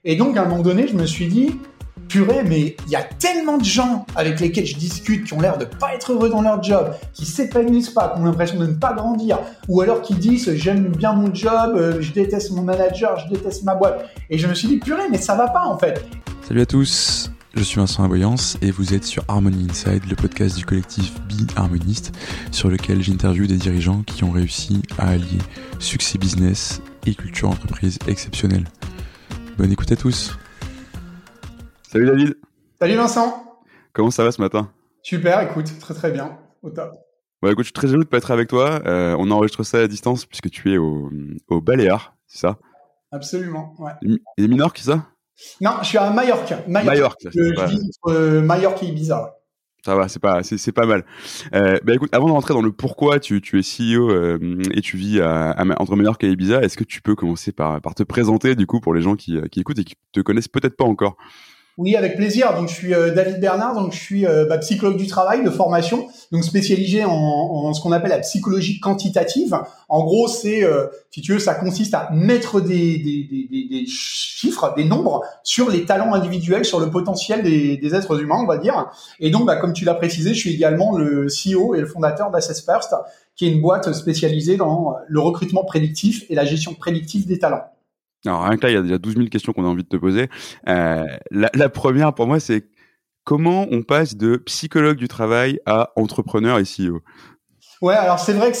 Et donc, à un moment donné, je me suis dit, purée, mais il y a tellement de gens avec lesquels je discute qui ont l'air de pas être heureux dans leur job, qui s'épanouissent pas, qui ont l'impression de ne pas grandir, ou alors qui disent j'aime bien mon job, je déteste mon manager, je déteste ma boîte. Et je me suis dit, purée, mais ça va pas en fait. Salut à tous, je suis Vincent Aboyance et vous êtes sur Harmony Inside, le podcast du collectif Be Harmoniste, sur lequel j'interviewe des dirigeants qui ont réussi à allier succès business et culture entreprise exceptionnelle. Bonne écoute à tous. Salut David. Salut Vincent. Comment ça va ce matin ? Super, écoute, très très bien, au top. Bon, écoute, je suis très heureux de pas être avec toi. On enregistre ça à distance puisque tu es au Baléares, c'est ça ? Absolument, ouais. Et Minorque, c'est ça ? Non, je suis à Majorque. Majorque. Je vis entre Majorque et Ibiza. Ouais. Ça va, c'est pas mal. Écoute, avant de rentrer dans le pourquoi tu es CEO et tu vis entre Majorque et Ibiza, est-ce que tu peux commencer par te présenter du coup pour les gens qui écoutent et qui te connaissent peut-être pas encore ? Oui, avec plaisir. Donc, je suis David Bernard. Donc, je suis psychologue du travail de formation, donc spécialisé en ce qu'on appelle la psychologie quantitative. En gros, c'est, si tu veux, ça consiste à mettre des chiffres, des nombres sur les talents individuels, sur le potentiel des êtres humains, on va dire. Et donc, comme tu l'as précisé, je suis également le CEO et le fondateur d'Assess First, qui est une boîte spécialisée dans le recrutement prédictif et la gestion prédictive des talents. Alors, rien que là, il y a déjà 12 000 questions qu'on a envie de te poser. La première, pour moi, c'est comment on passe de psychologue du travail à entrepreneur et CEO ? Ouais, alors c'est vrai que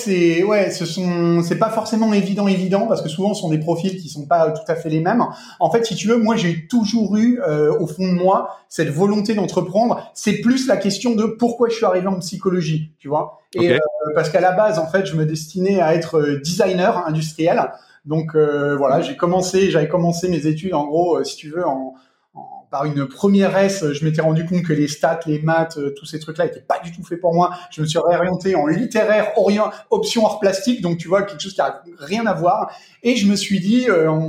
c'est pas forcément évident parce que souvent ce sont des profils qui sont pas tout à fait les mêmes. En fait, si tu veux, moi j'ai toujours eu au fond de moi cette volonté d'entreprendre. C'est plus la question de pourquoi je suis arrivé en psychologie, tu vois. Et parce qu'à la base, en fait, je me destinais à être designer industriel. Donc voilà, j'avais commencé mes études en gros, si tu veux, par une première S, je m'étais rendu compte que les stats, les maths, tous ces trucs-là étaient pas du tout faits pour moi. Je me suis réorienté en littéraire, option art plastique, donc tu vois, quelque chose qui a rien à voir. Et je me suis dit,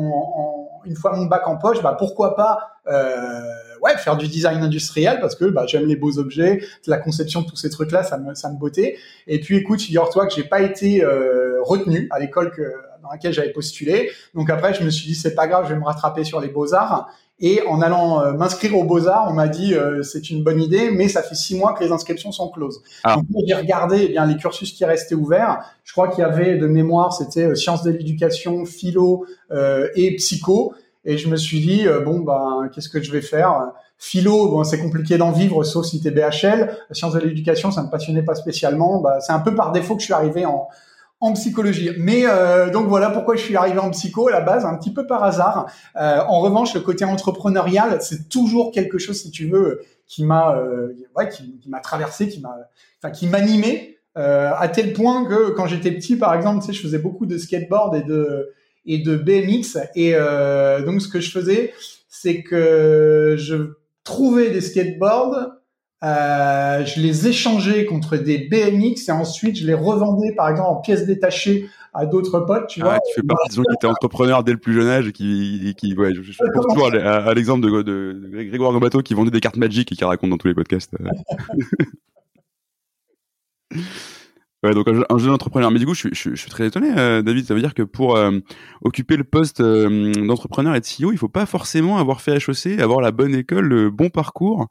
une fois mon bac en poche, pourquoi pas faire du design industriel, parce que j'aime les beaux objets, la conception de tous ces trucs-là, ça me bottait. Et puis écoute, figure-toi que j'ai pas été retenu à l'école dans laquelle j'avais postulé. Donc après, je me suis dit, c'est pas grave, je vais me rattraper sur les beaux-arts. Et en allant m'inscrire aux Beaux-Arts, on m'a dit c'est une bonne idée, mais ça fait 6 mois que les inscriptions sont closes. Ah. Donc j'ai regardé les cursus qui restaient ouverts. Je crois qu'il y avait de mémoire, c'était sciences de l'éducation, philo et psycho. Et je me suis dit qu'est-ce que je vais faire ? Philo, c'est compliqué d'en vivre, sauf si t'es BHL. Sciences de l'éducation, ça me passionnait pas spécialement. C'est un peu par défaut que je suis arrivé en psychologie. Mais donc voilà pourquoi je suis arrivé en psycho à la base, un petit peu par hasard. En revanche, le côté entrepreneurial, c'est toujours quelque chose, si tu veux, qui m'a traversé, qui m'animait à tel point que quand j'étais petit, par exemple, tu sais, je faisais beaucoup de skateboard et de BMX. Et donc ce que je faisais, c'est que je trouvais des skateboards. Je les échangeais contre des BMX et ensuite je les revendais par exemple en pièces détachées à d'autres potes, tu vois. Tu fais partie des gens qui étaient entrepreneurs dès le plus jeune âge et je pense toujours à l'exemple de Grégoire Gambato qui vendait des cartes Magic et qui raconte dans tous les podcasts. Ouais, donc un jeune entrepreneur. Mais du coup, je suis très étonné, David. Ça veut dire que pour occuper le poste d'entrepreneur et de CEO, il faut pas forcément avoir fait HEC, avoir la bonne école, le bon parcours.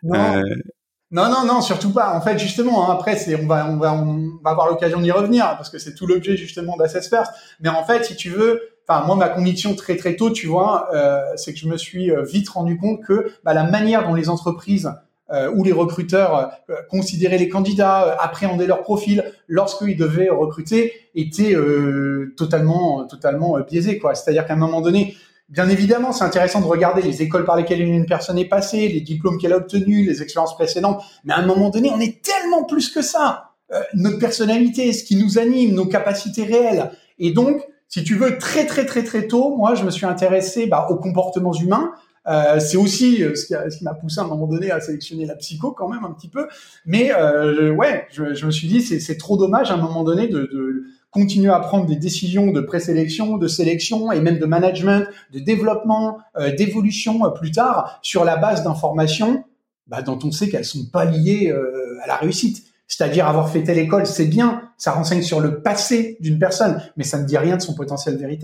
Non, surtout pas. En fait, justement, après, on va avoir l'occasion d'y revenir parce que c'est tout l'objet justement d'Assess First. Mais en fait, si tu veux, moi, ma conviction très très tôt, tu vois, c'est que je me suis vite rendu compte que la manière dont les entreprises où les recruteurs considéraient les candidats, appréhendaient leur profil lorsqu'ils devaient recruter était totalement biaisé, quoi. C'est-à-dire qu'à un moment donné, bien évidemment, c'est intéressant de regarder les écoles par lesquelles une personne est passée, les diplômes qu'elle a obtenus, les expériences précédentes, mais à un moment donné, on est tellement plus que ça. Notre personnalité, ce qui nous anime, nos capacités réelles. Et donc, si tu veux, très très très très tôt, moi, je me suis intéressé aux comportements humains. C'est aussi ce qui m'a poussé à un moment donné à sélectionner la psycho quand même un petit peu. Mais je me suis dit c'est trop dommage à un moment donné de continuer à prendre des décisions de présélection, de sélection et même de management, de développement, d'évolution plus tard sur la base d'informations dont on sait qu'elles sont pas liées à la réussite. C'est-à-dire avoir fait telle école, c'est bien, ça renseigne sur le passé d'une personne, mais ça ne dit rien de son potentiel véritable.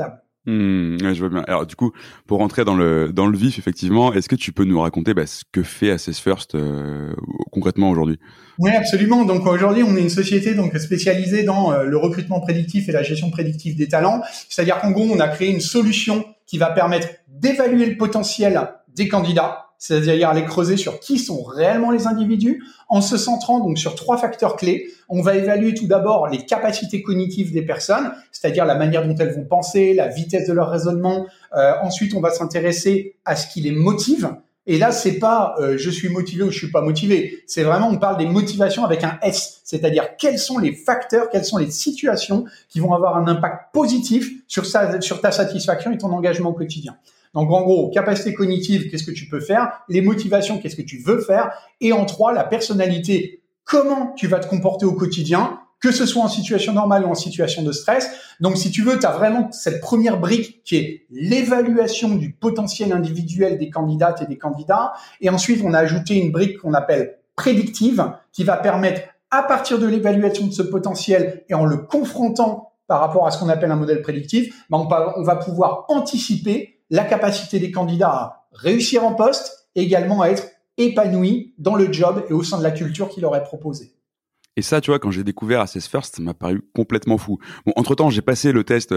Ouais, je vois bien. Alors du coup, pour rentrer dans le vif, effectivement, est-ce que tu peux nous raconter ce que fait Assess First concrètement aujourd'hui? Oui, absolument. Donc aujourd'hui, on est une société donc spécialisée dans le recrutement prédictif et la gestion prédictive des talents. C'est-à-dire qu'en gros, on a créé une solution qui va permettre d'évaluer le potentiel des candidats, c'est-à-dire les creuser sur qui sont réellement les individus, en se centrant donc sur 3 facteurs clés. On va évaluer tout d'abord les capacités cognitives des personnes, c'est-à-dire la manière dont elles vont penser, la vitesse de leur raisonnement. Ensuite, on va s'intéresser à ce qui les motive. Et là, c'est pas je suis motivé ou je suis pas motivé. C'est vraiment, on parle des motivations avec un S, c'est-à-dire quels sont les facteurs, quelles sont les situations qui vont avoir un impact positif sur ta satisfaction et ton engagement au quotidien. Donc, en gros, capacité cognitive, qu'est-ce que tu peux faire? Les motivations, qu'est-ce que tu veux faire? Et en 3, la personnalité, comment tu vas te comporter au quotidien, que ce soit en situation normale ou en situation de stress. Donc, si tu veux, tu as vraiment cette première brique qui est l'évaluation du potentiel individuel des candidates et des candidats. Et ensuite, on a ajouté une brique qu'on appelle prédictive, qui va permettre, à partir de l'évaluation de ce potentiel et en le confrontant par rapport à ce qu'on appelle un modèle prédictif, on va pouvoir anticiper la capacité des candidats à réussir en poste, et également à être épanouis dans le job et au sein de la culture qui leur est proposée. Et ça, tu vois, quand j'ai découvert Assess First, ça m'a paru complètement fou. Bon, entre-temps, j'ai passé le test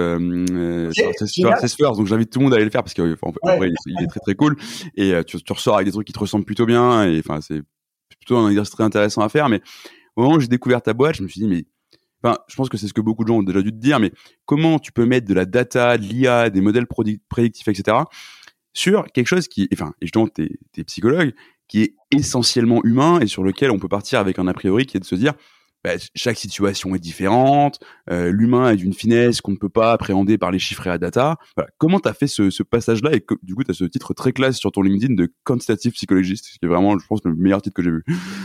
sur Assess First, donc j'invite tout le monde à aller le faire parce qu'en vrai, il est très très cool. Et tu ressors avec des trucs qui te ressemblent plutôt bien. Et enfin, c'est plutôt un exercice très intéressant à faire. Mais au moment où j'ai découvert ta boîte, je me suis dit, je pense que c'est ce que beaucoup de gens ont déjà dû te dire, mais comment tu peux mettre de la data, de l'IA, des modèles prédictifs, etc., sur quelque chose et justement, t'es psychologue, qui est essentiellement humain et sur lequel on peut partir avec un a priori qui est de se dire, chaque situation est différente, l'humain est d'une finesse qu'on ne peut pas appréhender par les chiffres et la data. Voilà. Comment t'as fait ce passage-là et du coup, t'as ce titre très classe sur ton LinkedIn de quantitative psychologist, ce qui est vraiment, je pense, le meilleur titre que j'ai vu.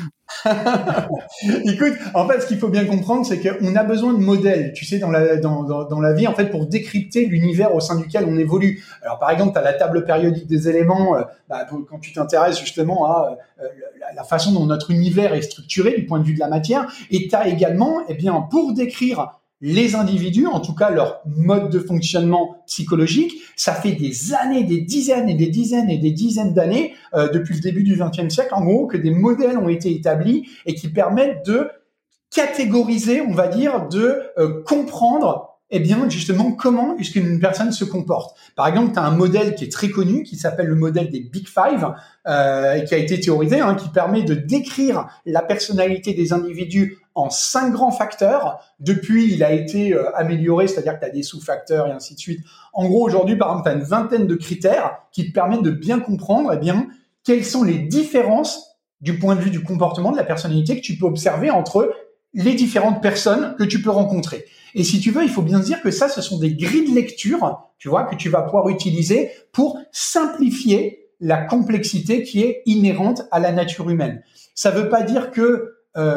Écoute, en fait, ce qu'il faut bien comprendre, c'est qu'on a besoin de modèles, tu sais, dans la vie, en fait, pour décrypter l'univers au sein duquel on évolue. Alors, par exemple, tu as la table périodique des éléments, quand tu t'intéresses justement à la façon dont notre univers est structuré du point de vue de la matière, et tu as également, pour décrire les individus, en tout cas leur mode de fonctionnement psychologique, ça fait des années, des dizaines et des dizaines et des dizaines d'années, depuis le début du XXe siècle, en gros, que des modèles ont été établis et qui permettent de catégoriser, on va dire, de comprendre justement comment est-ce qu'une personne se comporte. Par exemple, tu as un modèle qui est très connu, qui s'appelle le modèle des Big Five, qui a été théorisé, qui permet de décrire la personnalité des individus en 5 grands facteurs. Depuis, il a été amélioré, c'est-à-dire que tu as des sous-facteurs et ainsi de suite. En gros, aujourd'hui, par exemple, tu as une vingtaine de critères qui te permettent de bien comprendre quelles sont les différences du point de vue du comportement de la personnalité que tu peux observer entre les différentes personnes que tu peux rencontrer. Et si tu veux, il faut bien se dire que ça, ce sont des grilles de lecture, tu vois, que tu vas pouvoir utiliser pour simplifier la complexité qui est inhérente à la nature humaine. Ça veut pas dire que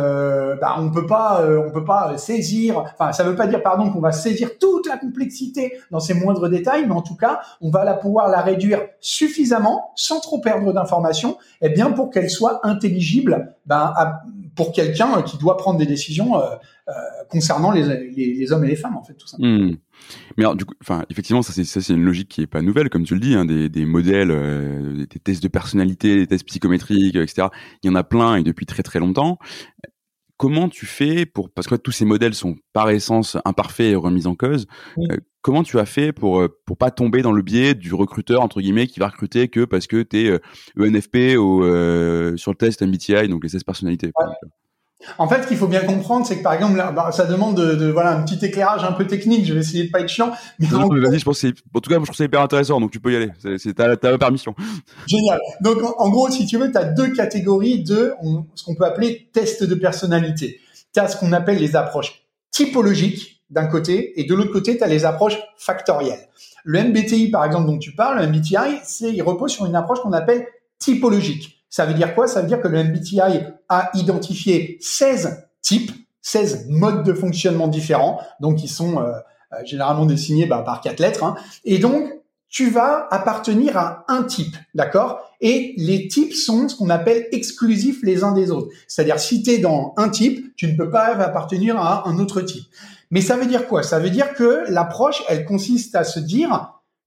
on peut pas saisir, ça veut pas dire qu'on va saisir toute la complexité dans ses moindres détails, mais en tout cas, on va pouvoir la réduire suffisamment sans trop perdre d'informations, pour qu'elle soit intelligible pour quelqu'un qui doit prendre des décisions concernant les hommes et les femmes, en fait, tout simplement. Mais alors, du coup, effectivement, ça c'est une logique qui est pas nouvelle, comme tu le dis, des modèles, des tests de personnalité, des tests psychométriques, etc. Il y en a plein et depuis très très longtemps. Comment tu fais parce que tous ces modèles sont par essence imparfaits et remis en cause. Comment tu as fait pour pas tomber dans le biais du recruteur entre guillemets qui va recruter que parce que t'es ENFP ou sur le test MBTI, donc les 16 personnalités. Ouais. En fait, ce qu'il faut bien comprendre, c'est que par exemple, là, ça demande un petit éclairage un peu technique. Je vais essayer de pas être chiant. Mais vas-y, en tout cas, je trouve ça hyper intéressant, donc tu peux y aller. T'as la permission. Génial. Donc, en gros, si tu veux, tu as 2 catégories de ce qu'on peut appeler tests de personnalité. Tu as ce qu'on appelle les approches typologiques d'un côté, et de l'autre côté, tu as les approches factorielles. Le MBTI, par exemple, dont tu parles, le MBTI, il repose sur une approche qu'on appelle typologique. Ça veut dire quoi? Ça veut dire que le MBTI a identifié 16 types, 16 modes de fonctionnement différents, donc qui sont généralement désignés par 4 lettres. Et donc, tu vas appartenir à un type, d'accord? Et les types sont ce qu'on appelle exclusifs les uns des autres. C'est-à-dire, si tu es dans un type, tu ne peux pas appartenir à un autre type. Mais ça veut dire quoi? Ça veut dire que l'approche, elle consiste à se dire,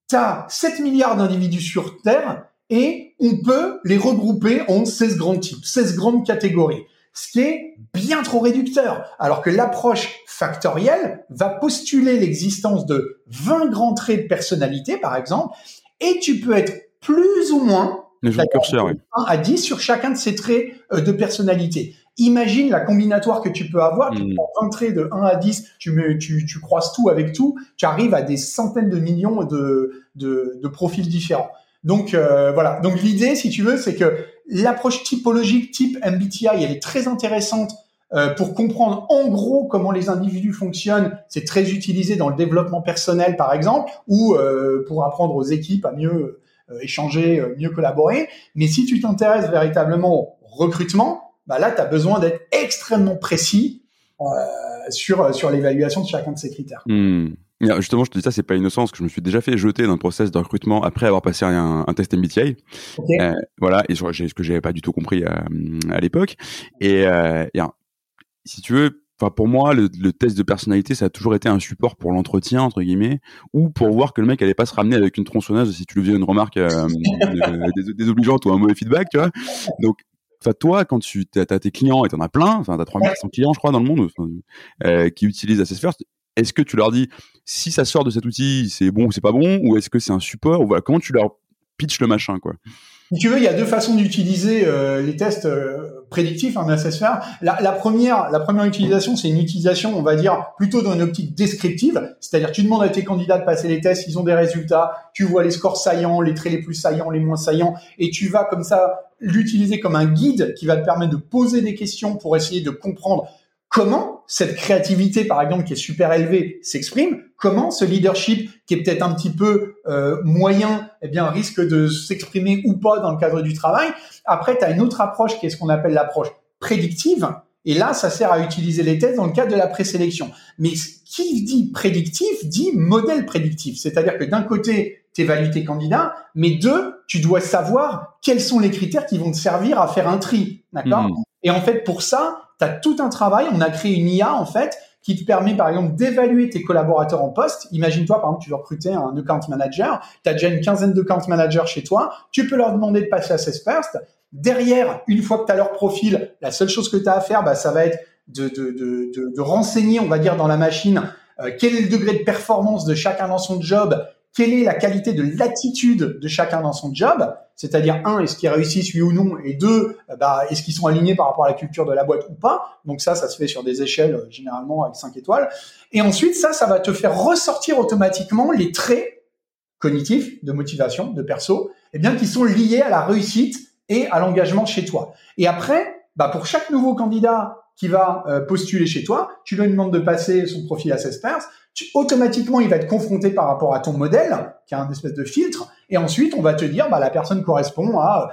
t'as 7 milliards d'individus sur Terre et on peut les regrouper en 16 grands types, 16 grandes catégories. Ce qui est bien trop réducteur. Alors que l'approche factorielle va postuler l'existence de 20 grands traits de personnalité, par exemple, et tu peux être plus ou moins de 1 à 10 sur chacun de ces traits de personnalité. Imagine la combinatoire que tu peux avoir. Tu prends 20 traits de 1 à 10, tu croises tout avec tout, tu arrives à des centaines de millions de profils différents. Donc voilà. Donc l'idée, si tu veux, c'est que l'approche typologique type MBTI, elle est très intéressante pour comprendre en gros comment les individus fonctionnent. C'est très utilisé dans le développement personnel, par exemple, ou pour apprendre aux équipes à mieux échanger, mieux collaborer. Mais si tu t'intéresses véritablement au recrutement, bah là, tu as besoin d'être extrêmement précis sur l'évaluation de chacun de ces critères. Justement, je te dis ça, c'est pas innocent, parce que je me suis déjà fait jeter d'un process de recrutement après avoir passé un test MBTI. Okay. Voilà, et ce que j'avais pas du tout compris à l'époque. Et si tu veux, enfin pour moi, le test de personnalité, ça a toujours été un support pour l'entretien entre guillemets, ou pour voir que le mec allait pas se ramener avec une tronçonneuse si tu lui faisais une remarque désobligeante ou un mauvais feedback, tu vois. Donc enfin, toi, quand t'as tes clients, et t'en as plein, enfin, t'as 3400 clients, je crois, dans le monde, qui utilisent Assess First, est-ce que tu leur dis, si ça sort de cet outil, c'est bon ou c'est pas bon, ou est-ce que c'est un support, ou voilà, comment tu leur pitches le machin, quoi? Si tu veux, il y a deux façons d'utiliser les tests prédictifs en Assess First. La première utilisation, c'est une utilisation, on va dire, plutôt dans une optique descriptive, c'est-à-dire tu demandes à tes candidats de passer les tests, ils ont des résultats, tu vois les scores saillants, les traits les plus saillants, les moins saillants, et tu vas comme ça l'utiliser comme un guide qui va te permettre de poser des questions pour essayer de comprendre comment cette créativité, par exemple, qui est super élevée, s'exprime, comment ce leadership, qui est peut-être un petit peu moyen, eh bien, risque de s'exprimer ou pas dans le cadre du travail. Après, tu as une autre approche qui est ce qu'on appelle l'approche prédictive. Et là, ça sert à utiliser les tests dans le cadre de la présélection. Mais qui dit prédictif dit modèle prédictif. C'est-à-dire que d'un côté, tu évalues tes candidats, mais deux, tu dois savoir quels sont les critères qui vont te servir à faire un tri. D'accord ? Et en fait, pour ça, tu as tout un travail. On a créé une IA, en fait, qui te permet, par exemple, d'évaluer tes collaborateurs en poste. Imagine-toi, par exemple, tu veux recruter un account manager. Tu as déjà une quinzaine d'account managers chez toi. Tu peux leur demander de passer Assess First. Derrière, une fois que tu as leur profil, la seule chose que tu as à faire, bah, ça va être de renseigner, on va dire, dans la machine, quel est le degré de performance de chacun dans son job, quelle est la qualité de l'attitude de chacun dans son job, c'est-à-dire, un, est-ce qu'ils réussissent, oui ou non, et deux, bah, est-ce qu'ils sont alignés par rapport à la culture de la boîte ou pas. Donc ça se fait sur des échelles, généralement avec 5 étoiles. Et ensuite, ça va te faire ressortir automatiquement les traits cognitifs, de motivation, de perso, eh bien, qui sont liés à la réussite et à l'engagement chez toi. Et après, bah, pour chaque nouveau candidat qui va postuler chez toi, tu lui demandes de passer son profil Assess First, automatiquement, il va être confronté par rapport à ton modèle, qui a un espèce de filtre, et ensuite, on va te dire, bah, la personne correspond à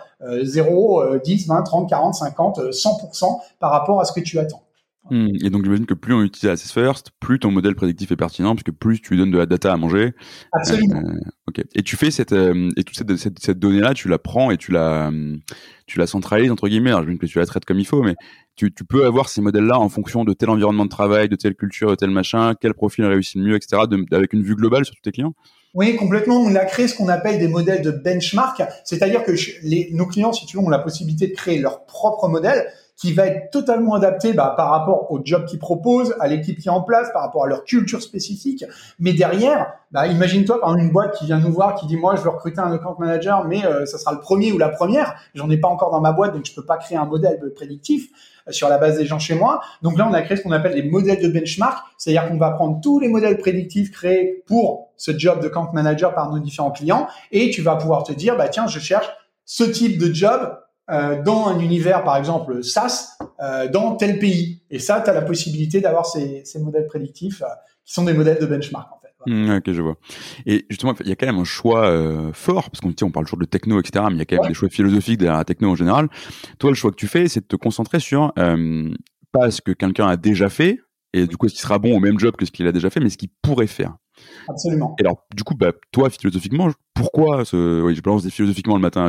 0, 10, 20, 30, 40, 50, 100% par rapport à ce que tu attends. Et donc, j'imagine que plus on utilise Assess First, plus ton modèle prédictif est pertinent, puisque plus tu lui donnes de la data à manger. Absolument. Ok. Et tu fais et toute cette donnée-là, tu la prends et tu la centralises, entre guillemets. Alors, j'imagine que tu la traites comme il faut, mais tu peux avoir ces modèles-là en fonction de tel environnement de travail, de telle culture, de tel machin, quel profil réussit le mieux, etc., avec une vue globale sur tous tes clients. Oui, complètement. On a créé ce qu'on appelle des modèles de benchmark. C'est-à-dire que nos clients, si tu veux, ont la possibilité de créer leur propre modèle qui va être totalement adapté par rapport au job qu'ils proposent, à l'équipe qui est en place, par rapport à leur culture spécifique. Mais derrière, imagine-toi par exemple une boîte qui vient nous voir, qui dit moi je veux recruter un account manager, mais ça sera le premier ou la première. J'en ai pas encore dans ma boîte, donc je peux pas créer un modèle prédictif sur la base des gens chez moi. Donc là, on a créé ce qu'on appelle des modèles de benchmark, c'est-à-dire qu'on va prendre tous les modèles prédictifs créés pour ce job de account manager par nos différents clients, et tu vas pouvoir te dire tiens, je cherche ce type de job dans un univers, par exemple, SaaS, dans tel pays. Et ça, tu as la possibilité d'avoir ces modèles prédictifs qui sont des modèles de benchmark, en fait. Voilà. Ok, je vois. Et justement, il y a quand même un choix fort, parce qu'on parle toujours de techno, etc., mais il y a quand même des choix philosophiques derrière la techno en général. Toi, le choix que tu fais, c'est de te concentrer sur pas ce que quelqu'un a déjà fait, et du coup, est-ce qu'il sera bon au même job que ce qu'il a déjà fait, mais ce qu'il pourrait faire. Absolument. Et alors, du coup, toi, philosophiquement, pourquoi oui, je balance philosophiquement le matin à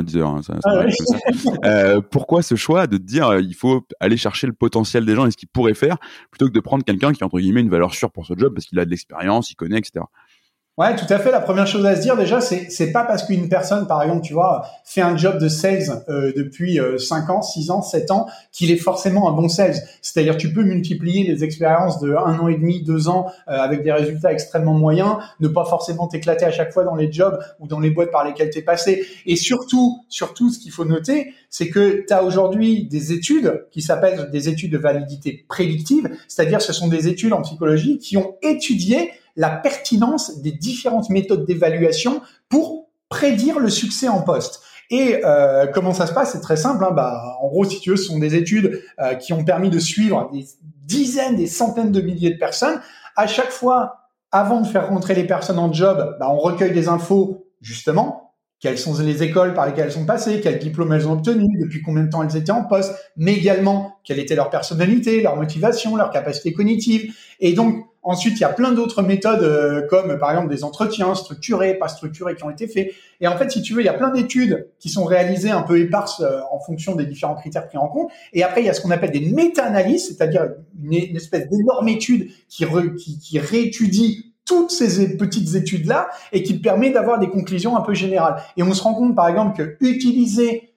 10h, pourquoi ce choix de te dire, il faut aller chercher le potentiel des gens et ce qu'ils pourraient faire, plutôt que de prendre quelqu'un qui a, entre guillemets, une valeur sûre pour ce job, parce qu'il a de l'expérience, il connaît, etc. Ouais, tout à fait. La première chose à se dire déjà, c'est pas parce qu'une personne, par exemple, tu vois, fait un job de sales depuis 5 ans, 6 ans, 7 ans, qu'il est forcément un bon sales. C'est-à-dire, tu peux multiplier les expériences de 1 an et demi, 2 ans avec des résultats extrêmement moyens, ne pas forcément t'éclater à chaque fois dans les jobs ou dans les boîtes par lesquelles t'es passé. Et surtout, ce qu'il faut noter, c'est que tu as aujourd'hui des études qui s'appellent des études de validité prédictive, c'est-à-dire ce sont des études en psychologie qui ont étudié la pertinence des différentes méthodes d'évaluation pour prédire le succès en poste. Et comment ça se passe? C'est très simple. En gros, si tu veux, ce sont des études qui ont permis de suivre des dizaines, des centaines de milliers de personnes. À chaque fois, avant de faire rentrer les personnes en job, on recueille des infos, justement, quelles sont les écoles par lesquelles elles sont passées, quels diplômes elles ont obtenus, depuis combien de temps elles étaient en poste, mais également quelle était leur personnalité, leur motivation, leur capacité cognitive. Et donc, ensuite, il y a plein d'autres méthodes comme par exemple des entretiens structurés, pas structurés qui ont été faits. Et en fait, si tu veux, il y a plein d'études qui sont réalisées un peu éparses en fonction des différents critères pris en compte. Et après, il y a ce qu'on appelle des méta-analyses, c'est-à-dire une espèce d'énorme étude qui réétudie toutes ces petites études-là et qui permet d'avoir des conclusions un peu générales. Et on se rend compte, par exemple, que utiliser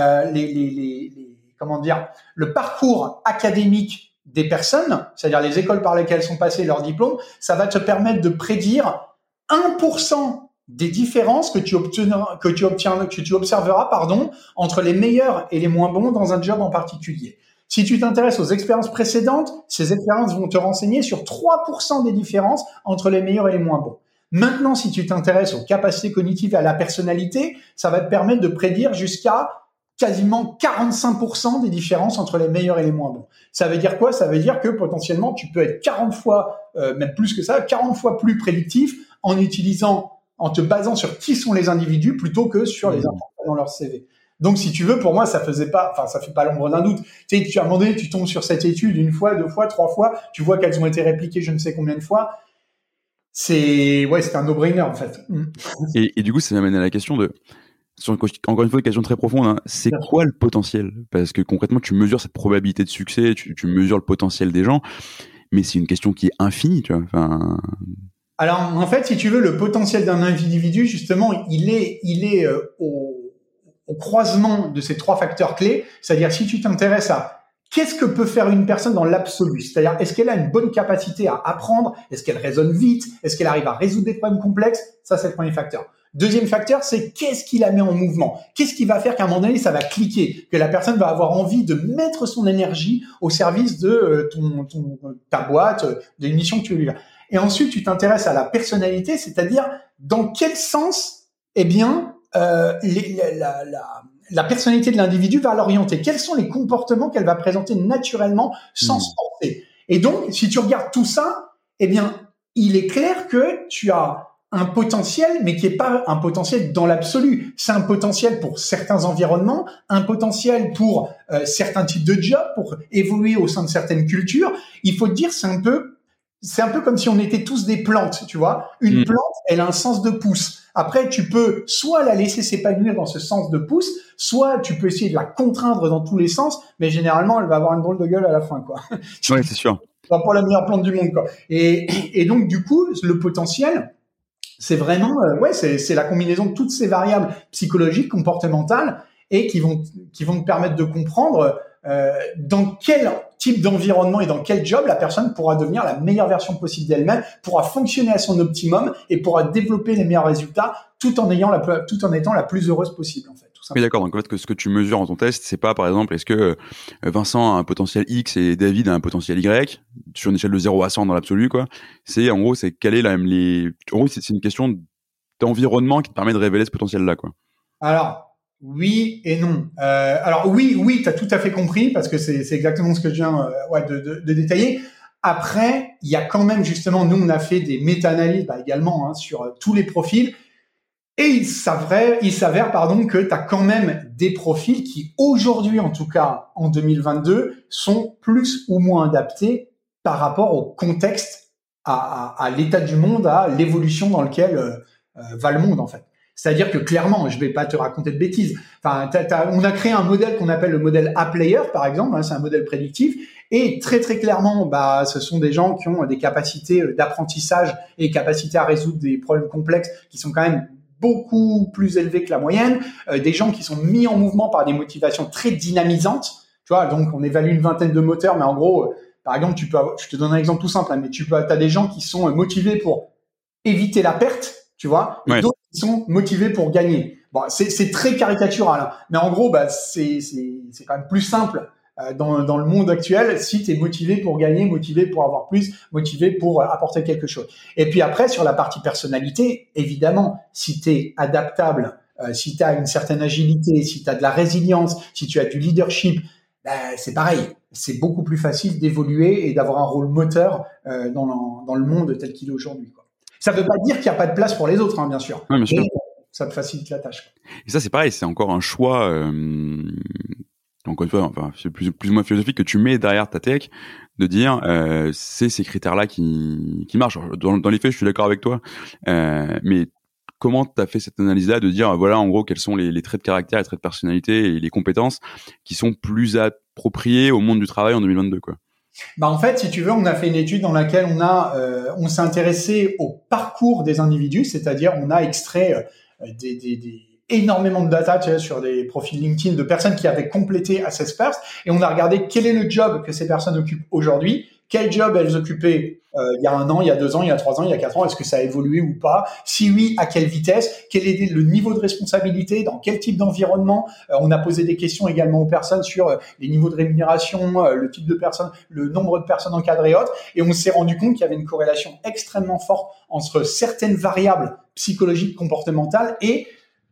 le parcours académique des personnes, c'est-à-dire les écoles par lesquelles sont passés leurs diplômes, ça va te permettre de prédire 1% des différences que tu observeras, entre les meilleurs et les moins bons dans un job en particulier. Si tu t'intéresses aux expériences précédentes, ces expériences vont te renseigner sur 3% des différences entre les meilleurs et les moins bons. Maintenant, si tu t'intéresses aux capacités cognitives et à la personnalité, ça va te permettre de prédire jusqu'à quasiment 45% des différences entre les meilleurs et les moins bons. Ça veut dire quoi? Ça veut dire que potentiellement, tu peux être 40 fois, même plus que ça, 40 fois plus prédictif en te basant sur qui sont les individus plutôt que sur les informations dans leur CV. Donc, si tu veux, pour moi, ça fait pas l'ombre d'un doute. Tu sais, à un moment donné, tu tombes sur cette étude 1 fois, 2 fois, 3 fois, tu vois qu'elles ont été répliquées je ne sais combien de fois. C'est un no-brainer, en fait. Et du coup, ça m'amène à la question encore une fois, une question très profonde, hein. C'est quoi le potentiel? Parce que concrètement, tu mesures cette probabilité de succès, tu mesures le potentiel des gens, mais c'est une question qui est infinie, tu vois. Alors, en fait, si tu veux, le potentiel d'un individu, justement, il est au croisement de ces 3 facteurs clés. C'est-à-dire, si tu t'intéresses à qu'est-ce que peut faire une personne dans l'absolu, c'est-à-dire, est-ce qu'elle a une bonne capacité à apprendre? Est-ce qu'elle raisonne vite? Est-ce qu'elle arrive à résoudre des problèmes complexes? Ça, c'est le premier facteur. Deuxième facteur, c'est qu'est-ce qui la met en mouvement? Qu'est-ce qui va faire qu'à un moment donné, ça va cliquer, que la personne va avoir envie de mettre son énergie au service de ta boîte, d'une mission que tu veux lui faire. Et ensuite, tu t'intéresses à la personnalité, c'est-à-dire dans quel sens, la personnalité de l'individu va l'orienter. Quels sont les comportements qu'elle va présenter naturellement sans se forcer. Et donc, si tu regardes tout ça, il est clair que tu as un potentiel, mais qui est pas un potentiel dans l'absolu. C'est un potentiel pour certains environnements, un potentiel pour certains types de jobs, pour évoluer au sein de certaines cultures. Il faut te dire, c'est un peu comme si on était tous des plantes, tu vois. Une plante, elle a un sens de pousse. Après, tu peux soit la laisser s'épanouir dans ce sens de pousse, soit tu peux essayer de la contraindre dans tous les sens, mais généralement, elle va avoir une drôle de gueule à la fin, quoi. Ouais, c'est sûr. C'est pas la meilleure plante du monde, quoi. Et donc, du coup, le potentiel, c'est vraiment, c'est la combinaison de toutes ces variables psychologiques, comportementales, et qui vont te permettre de comprendre dans quel type d'environnement et dans quel job la personne pourra devenir la meilleure version possible d'elle-même, pourra fonctionner à son optimum et pourra développer les meilleurs résultats tout en étant la plus heureuse possible, en fait. Oui, d'accord. Donc, en fait, que ce que tu mesures dans ton test, c'est pas, par exemple, est-ce que Vincent a un potentiel X et David a un potentiel Y sur une échelle de 0 à 100 dans l'absolu, quoi. En gros, c'est quelle est en gros, c'est une question d'environnement qui te permet de révéler ce potentiel-là, quoi. Alors, oui et non. Alors, oui, t'as tout à fait compris parce que c'est exactement ce que je viens, de détailler. Après, il y a quand même, justement, nous, on a fait des méta-analyses, également, sur tous les profils. Et il s'avère, que tu as quand même des profils qui, aujourd'hui, en tout cas en 2022, sont plus ou moins adaptés par rapport au contexte, à l'état du monde, à l'évolution dans lequel va le monde, en fait. C'est-à-dire que clairement, je vais pas te raconter de bêtises. Enfin, on a créé un modèle qu'on appelle le modèle A-Player, par exemple, c'est un modèle prédictif, Et très très clairement, ce sont des gens qui ont des capacités d'apprentissage et capacités à résoudre des problèmes complexes qui sont quand même beaucoup plus élevées que la moyenne, des gens qui sont mis en mouvement par des motivations très dynamisantes. Tu vois, donc on évalue une vingtaine de moteurs, mais en gros, par exemple, je te donne un exemple tout simple, mais t'as des gens qui sont motivés pour éviter la perte, tu vois, et d'autres qui sont motivés pour gagner. Bon, c'est très caricatural, hein, mais en gros, c'est quand même plus simple dans le monde actuel si tu es motivé pour gagner, motivé pour avoir plus, motivé pour apporter quelque chose. Et puis après, sur la partie personnalité, évidemment, si tu es adaptable, si tu as une certaine agilité, si tu as de la résilience, si tu as du leadership, c'est pareil. C'est beaucoup plus facile d'évoluer et d'avoir un rôle moteur dans le monde tel qu'il est aujourd'hui, quoi. Ça veut pas dire qu'il n'y a pas de place pour les autres, hein, bien sûr. Ouais, bien sûr. Ça te facilite la tâche. Et ça, c'est pareil, c'est encore un choix, encore une fois, enfin, c'est plus ou moins philosophique que tu mets derrière ta tech, de dire, c'est ces critères-là qui marchent. Dans les faits, je suis d'accord avec toi, mais comment tu as fait cette analyse-là de dire, voilà, en gros, quels sont les traits de caractère, les traits de personnalité et les compétences qui sont plus appropriés au monde du travail en 2022, quoi? En fait, si tu veux, on a fait une étude dans laquelle on s'est intéressé au parcours des individus, c'est-à-dire on a extrait énormément de data, tu vois, sur des profils LinkedIn de personnes qui avaient complété Assess First, et on a regardé quel est le job que ces personnes occupent aujourd'hui, quel job elles occupaient il y a 1 an, il y a 2 ans, il y a 3 ans, il y a 4 ans, est-ce que ça a évolué ou pas? Si oui, à quelle vitesse? Quel est le niveau de responsabilité? Dans quel type d'environnement? On a posé des questions également aux personnes sur les niveaux de rémunération, le type de personnes, le nombre de personnes encadrées et autres, et on s'est rendu compte qu'il y avait une corrélation extrêmement forte entre certaines variables psychologiques comportementales et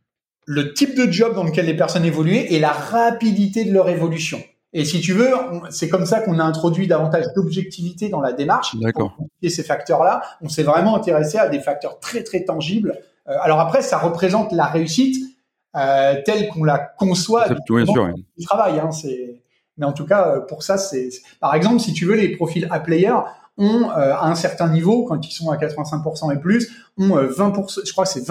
le type de job dans lequel les personnes évoluaient et la rapidité de leur évolution. Et si tu veux, c'est comme ça qu'on a introduit davantage d'objectivité dans la démarche. D'accord. Pour quantifier ces facteurs-là, on s'est vraiment intéressé à des facteurs très très tangibles. Alors après, ça représente la réussite telle qu'on la conçoit du travail. Hein, mais en tout cas, pour ça, par exemple, si tu veux, les profils A-player ont à un certain niveau, quand ils sont à 85% et plus, ont 20%, je crois que c'est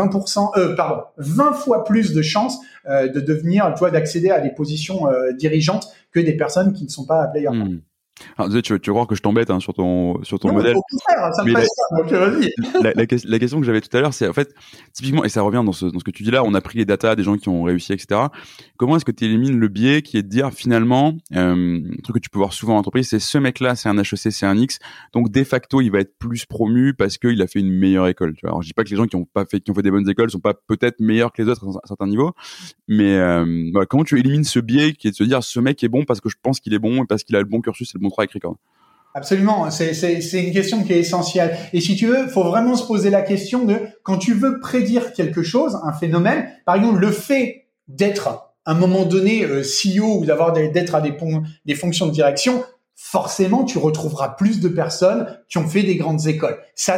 20 fois plus de chances de devenir, tu vois, d'accéder à des positions dirigeantes que des personnes qui ne sont pas A-player. Alors, tu vas croire que je t'embête sur ton modèle. Au contraire, ça me passe pas, donc vas-y. La question que j'avais tout à l'heure, c'est en fait, typiquement, et ça revient dans ce que tu dis là, on a pris les datas des gens qui ont réussi, etc. Comment est-ce que tu élimines le biais qui est de dire finalement, un truc que tu peux voir souvent en entreprise, c'est ce mec-là, c'est un HEC, c'est un X, donc de facto, il va être plus promu parce qu'il a fait une meilleure école. Tu vois. Alors, je dis pas que les gens qui ont fait des bonnes écoles sont pas peut-être meilleurs que les autres à un certain niveau, mais voilà, comment tu élimines ce biais qui est de se dire ce mec est bon parce que je pense qu'il est bon et parce qu'il a le bon cursus et le bon track record? Absolument, c'est une question qui est essentielle. Et si tu veux, faut vraiment se poser la question de quand tu veux prédire quelque chose, un phénomène, par exemple le fait d'être à un moment donné CEO ou d'être à des fonctions de direction, forcément tu retrouveras plus de personnes qui ont fait des grandes écoles. Ça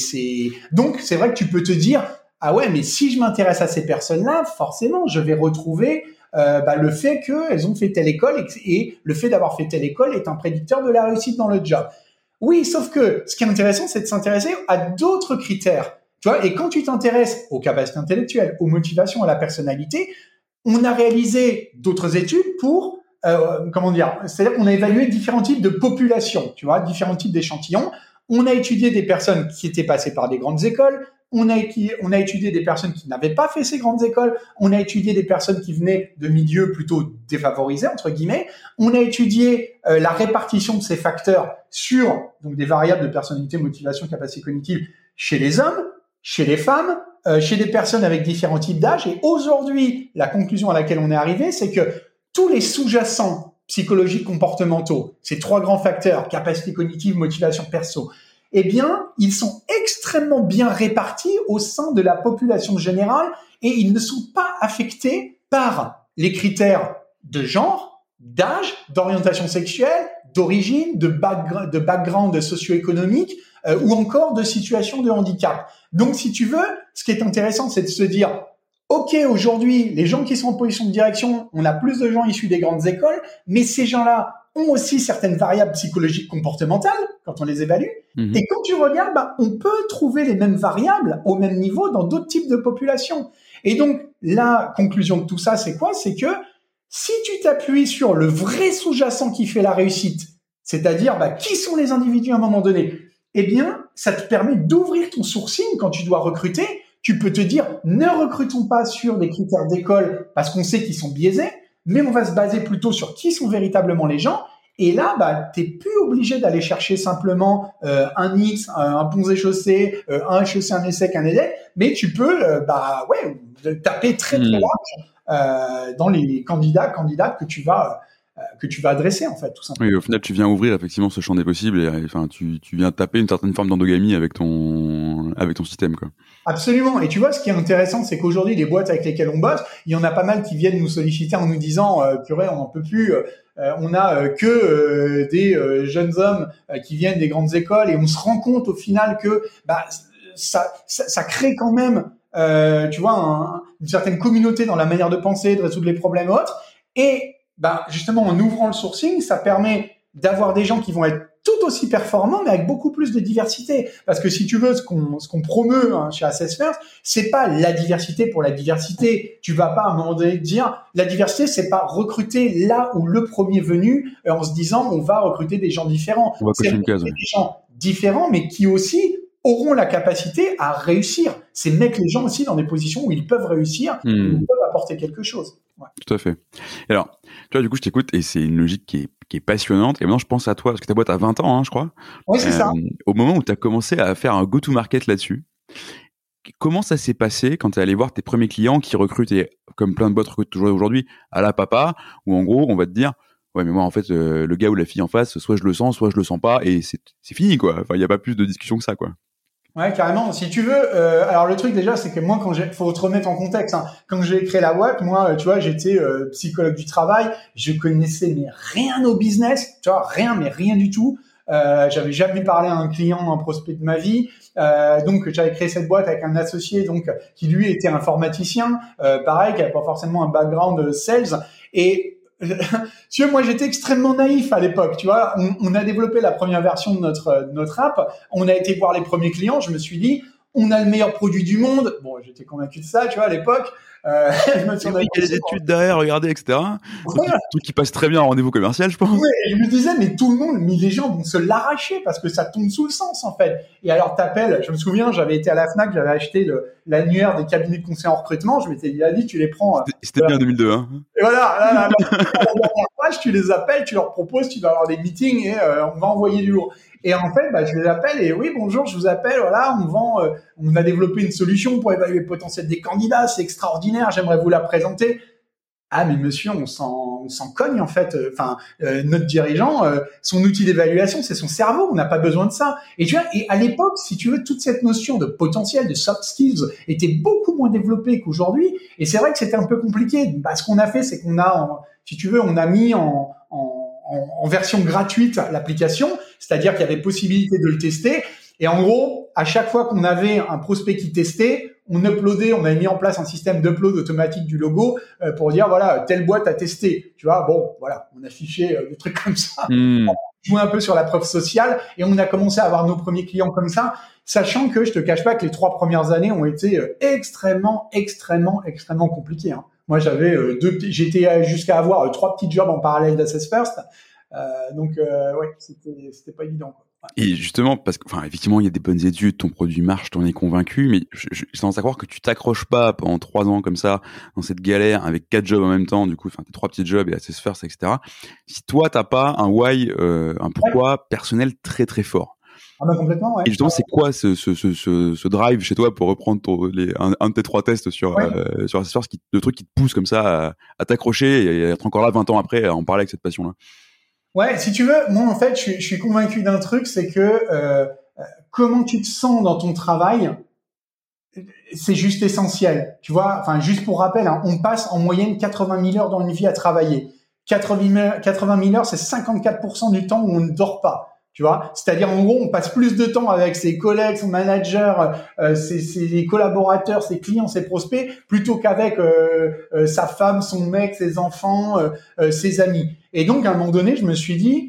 donc c'est vrai que tu peux te dire ah ouais, mais si je m'intéresse à ces personnes-là, forcément je vais retrouver le fait qu'elles ont fait telle école et le fait d'avoir fait telle école est un prédicteur de la réussite dans le job. Oui, sauf que ce qui est intéressant, c'est de s'intéresser à d'autres critères. Tu vois, et quand tu t'intéresses aux capacités intellectuelles, aux motivations, à la personnalité, on a réalisé d'autres études pour, c'est-à-dire qu'on a évalué différents types de populations, tu vois, différents types d'échantillons. On a étudié des personnes qui étaient passées par des grandes écoles. On a étudié des personnes qui n'avaient pas fait ces grandes écoles. On a étudié des personnes qui venaient de milieux plutôt défavorisés, entre guillemets. On a étudié la répartition de ces facteurs sur donc des variables de personnalité, motivation, capacité cognitive chez les hommes, chez les femmes, chez des personnes avec différents types d'âge. Et aujourd'hui, la conclusion à laquelle on est arrivé, c'est que tous les sous-jacents psychologiques comportementaux, ces 3 grands facteurs, capacité cognitive, motivation perso, eh bien, ils sont extrêmement bien répartis au sein de la population générale et ils ne sont pas affectés par les critères de genre, d'âge, d'orientation sexuelle, d'origine, de background socio-économique ou encore de situation de handicap. Donc, si tu veux, ce qui est intéressant, c'est de se dire OK, aujourd'hui, les gens qui sont en position de direction, on a plus de gens issus des grandes écoles, mais ces gens-là ont aussi certaines variables psychologiques comportementales quand on les évalue. Mmh. Et quand tu regardes, on peut trouver les mêmes variables au même niveau dans d'autres types de populations. Et donc, la conclusion de tout ça, c'est quoi? C'est que si tu t'appuies sur le vrai sous-jacent qui fait la réussite, C'est-à-dire, qui sont les individus à un moment donné? Eh bien, ça te permet d'ouvrir ton sourcing quand tu dois recruter. Tu peux te dire, ne recrutons pas sur des critères d'école parce qu'on sait qu'ils sont biaisés, mais on va se baser plutôt sur qui sont véritablement les gens. Et là, t'es plus obligé d'aller chercher simplement un X, un Ponts et Chaussées, un HEC, un ESSEC, un EDEC, mais tu peux taper très très large dans les candidates que tu vas adresser en fait, tout simplement. Oui, au final, tu viens ouvrir effectivement ce champ des possibles et enfin tu viens taper une certaine forme d'endogamie avec ton système, quoi. Absolument. Et tu vois, ce qui est intéressant, c'est qu'aujourd'hui, les boîtes avec lesquelles on bosse, il y en a pas mal qui viennent nous solliciter en nous disant purée, on n'en peut plus, on a des jeunes hommes qui viennent des grandes écoles, et on se rend compte au final que ça crée quand même tu vois une certaine communauté dans la manière de penser, de résoudre les problèmes et autres. Et justement, en ouvrant le sourcing, ça permet d'avoir des gens qui vont être tout aussi performants, mais avec beaucoup plus de diversité. Parce que si tu veux, ce qu'on promeut chez Assess First, c'est pas la diversité pour la diversité. Tu vas pas à un moment donné dire la diversité, c'est pas recruter là où le premier venu en se disant on va recruter des gens différents. On va cocher une case. Des gens différents, mais qui aussi auront la capacité à réussir. C'est mettre les gens aussi dans des positions où ils peuvent réussir, où ils peuvent apporter quelque chose. Ouais. Tout à fait. Et alors, tu vois, du coup, je t'écoute et c'est une logique qui est passionnante. Et maintenant, je pense à toi, parce que ta boîte a 20 ans, je crois. Oui, c'est ça. Au moment où tu as commencé à faire un go-to-market là-dessus, comment ça s'est passé quand tu es allé voir tes premiers clients qui recrutent, et comme plein de boîtes recrutent toujours aujourd'hui, à la papa, où en gros, on va te dire, ouais, mais moi, en fait, le gars ou la fille en face, soit je le sens, soit je le sens pas, et c'est fini, quoi. Enfin, il n'y a pas plus de discussion que ça, quoi. Ouais, carrément. Si tu veux, alors le truc déjà, c'est que moi, faut te remettre en contexte. Quand j'ai créé la boîte, moi, tu vois, j'étais psychologue du travail. Je connaissais mais rien au business, tu vois, rien du tout. J'avais jamais parlé à un client, un prospect de ma vie. Donc, j'avais créé cette boîte avec un associé, donc qui lui était informaticien, pareil, qui avait pas forcément un background sales. Et tu vois, moi j'étais extrêmement naïf à l'époque, tu vois. On a développé la première version de notre app, on a été voir les premiers clients, je me suis dit, on a le meilleur produit du monde. Bon, j'étais convaincu de ça, tu vois, à l'époque. Je me suis dit, il y a des études derrière, regardez, etc. Voilà. Truc qui passe très bien en rendez-vous commercial, je pense. Ouais, je me disais, mais tout le monde, mais les gens vont se l'arracher parce que ça tombe sous le sens, en fait. Et alors, t'appelles, je me souviens, j'avais été à la Fnac, j'avais acheté l'annuaire des cabinets de conseil en recrutement, je m'étais dit, tu les prends. C'était bien en 2002, hein. Et voilà, la dernière page, tu les appelles, tu leur proposes, tu vas avoir des meetings et on va envoyer du lourd. Et en fait, je les appelle et oui, bonjour, je vous appelle, voilà, on a développé une solution pour évaluer le potentiel des candidats, c'est extraordinaire, j'aimerais vous la présenter. Ah, mais monsieur, on s'en cogne, en fait. Notre dirigeant, son outil d'évaluation, c'est son cerveau, on n'a pas besoin de ça. Et tu vois, et à l'époque, si tu veux, toute cette notion de potentiel, de soft skills était beaucoup moins développée qu'aujourd'hui. Et c'est vrai que c'était un peu compliqué. Ce qu'on a fait, c'est qu'on a, si tu veux, on a mis en version gratuite l'application, c'est-à-dire qu'il y avait possibilité de le tester. Et en gros, à chaque fois qu'on avait un prospect qui testait, on avait mis en place un système d'upload automatique du logo pour dire, voilà, telle boîte a testé. Tu vois, bon, voilà, on affichait des trucs comme ça. On jouait un peu sur la preuve sociale et on a commencé à avoir nos premiers clients comme ça, sachant que je te cache pas que les 3 premières années ont été extrêmement compliquées. Moi, j'étais jusqu'à avoir 3 petits jobs en parallèle d'Assess First. Donc, ouais, c'était pas évident, quoi. Ouais. Et justement, parce que, effectivement, il y a des bonnes études, ton produit marche, t'en es convaincu, mais j'ai tendance à croire que tu t'accroches pas pendant 3 ans comme ça, dans cette galère, avec 4 jobs en même temps, du coup, tes 3 petits jobs et Assess First, etc. Si toi, t'as pas un why, un pourquoi personnel très très fort. Ah bah complètement, ouais. Et justement, c'est quoi ce drive chez toi pour reprendre un de tes 3 tests sur Assess First, le truc qui te pousse comme ça à t'accrocher et à être encore là 20 ans après à en parler avec cette passion-là? Ouais, si tu veux, moi en fait, je suis convaincu d'un truc, c'est que comment tu te sens dans ton travail, c'est juste essentiel. Tu vois, juste pour rappel, on passe en moyenne 80 000 heures dans une vie à travailler. 80 000 heures, c'est 54% du temps où on ne dort pas. Tu vois, c'est-à-dire en gros, on passe plus de temps avec ses collègues, son manager, ses collaborateurs, ses clients, ses prospects, plutôt qu'avec sa femme, son mec, ses enfants, ses amis. Et donc, à un moment donné, je me suis dit,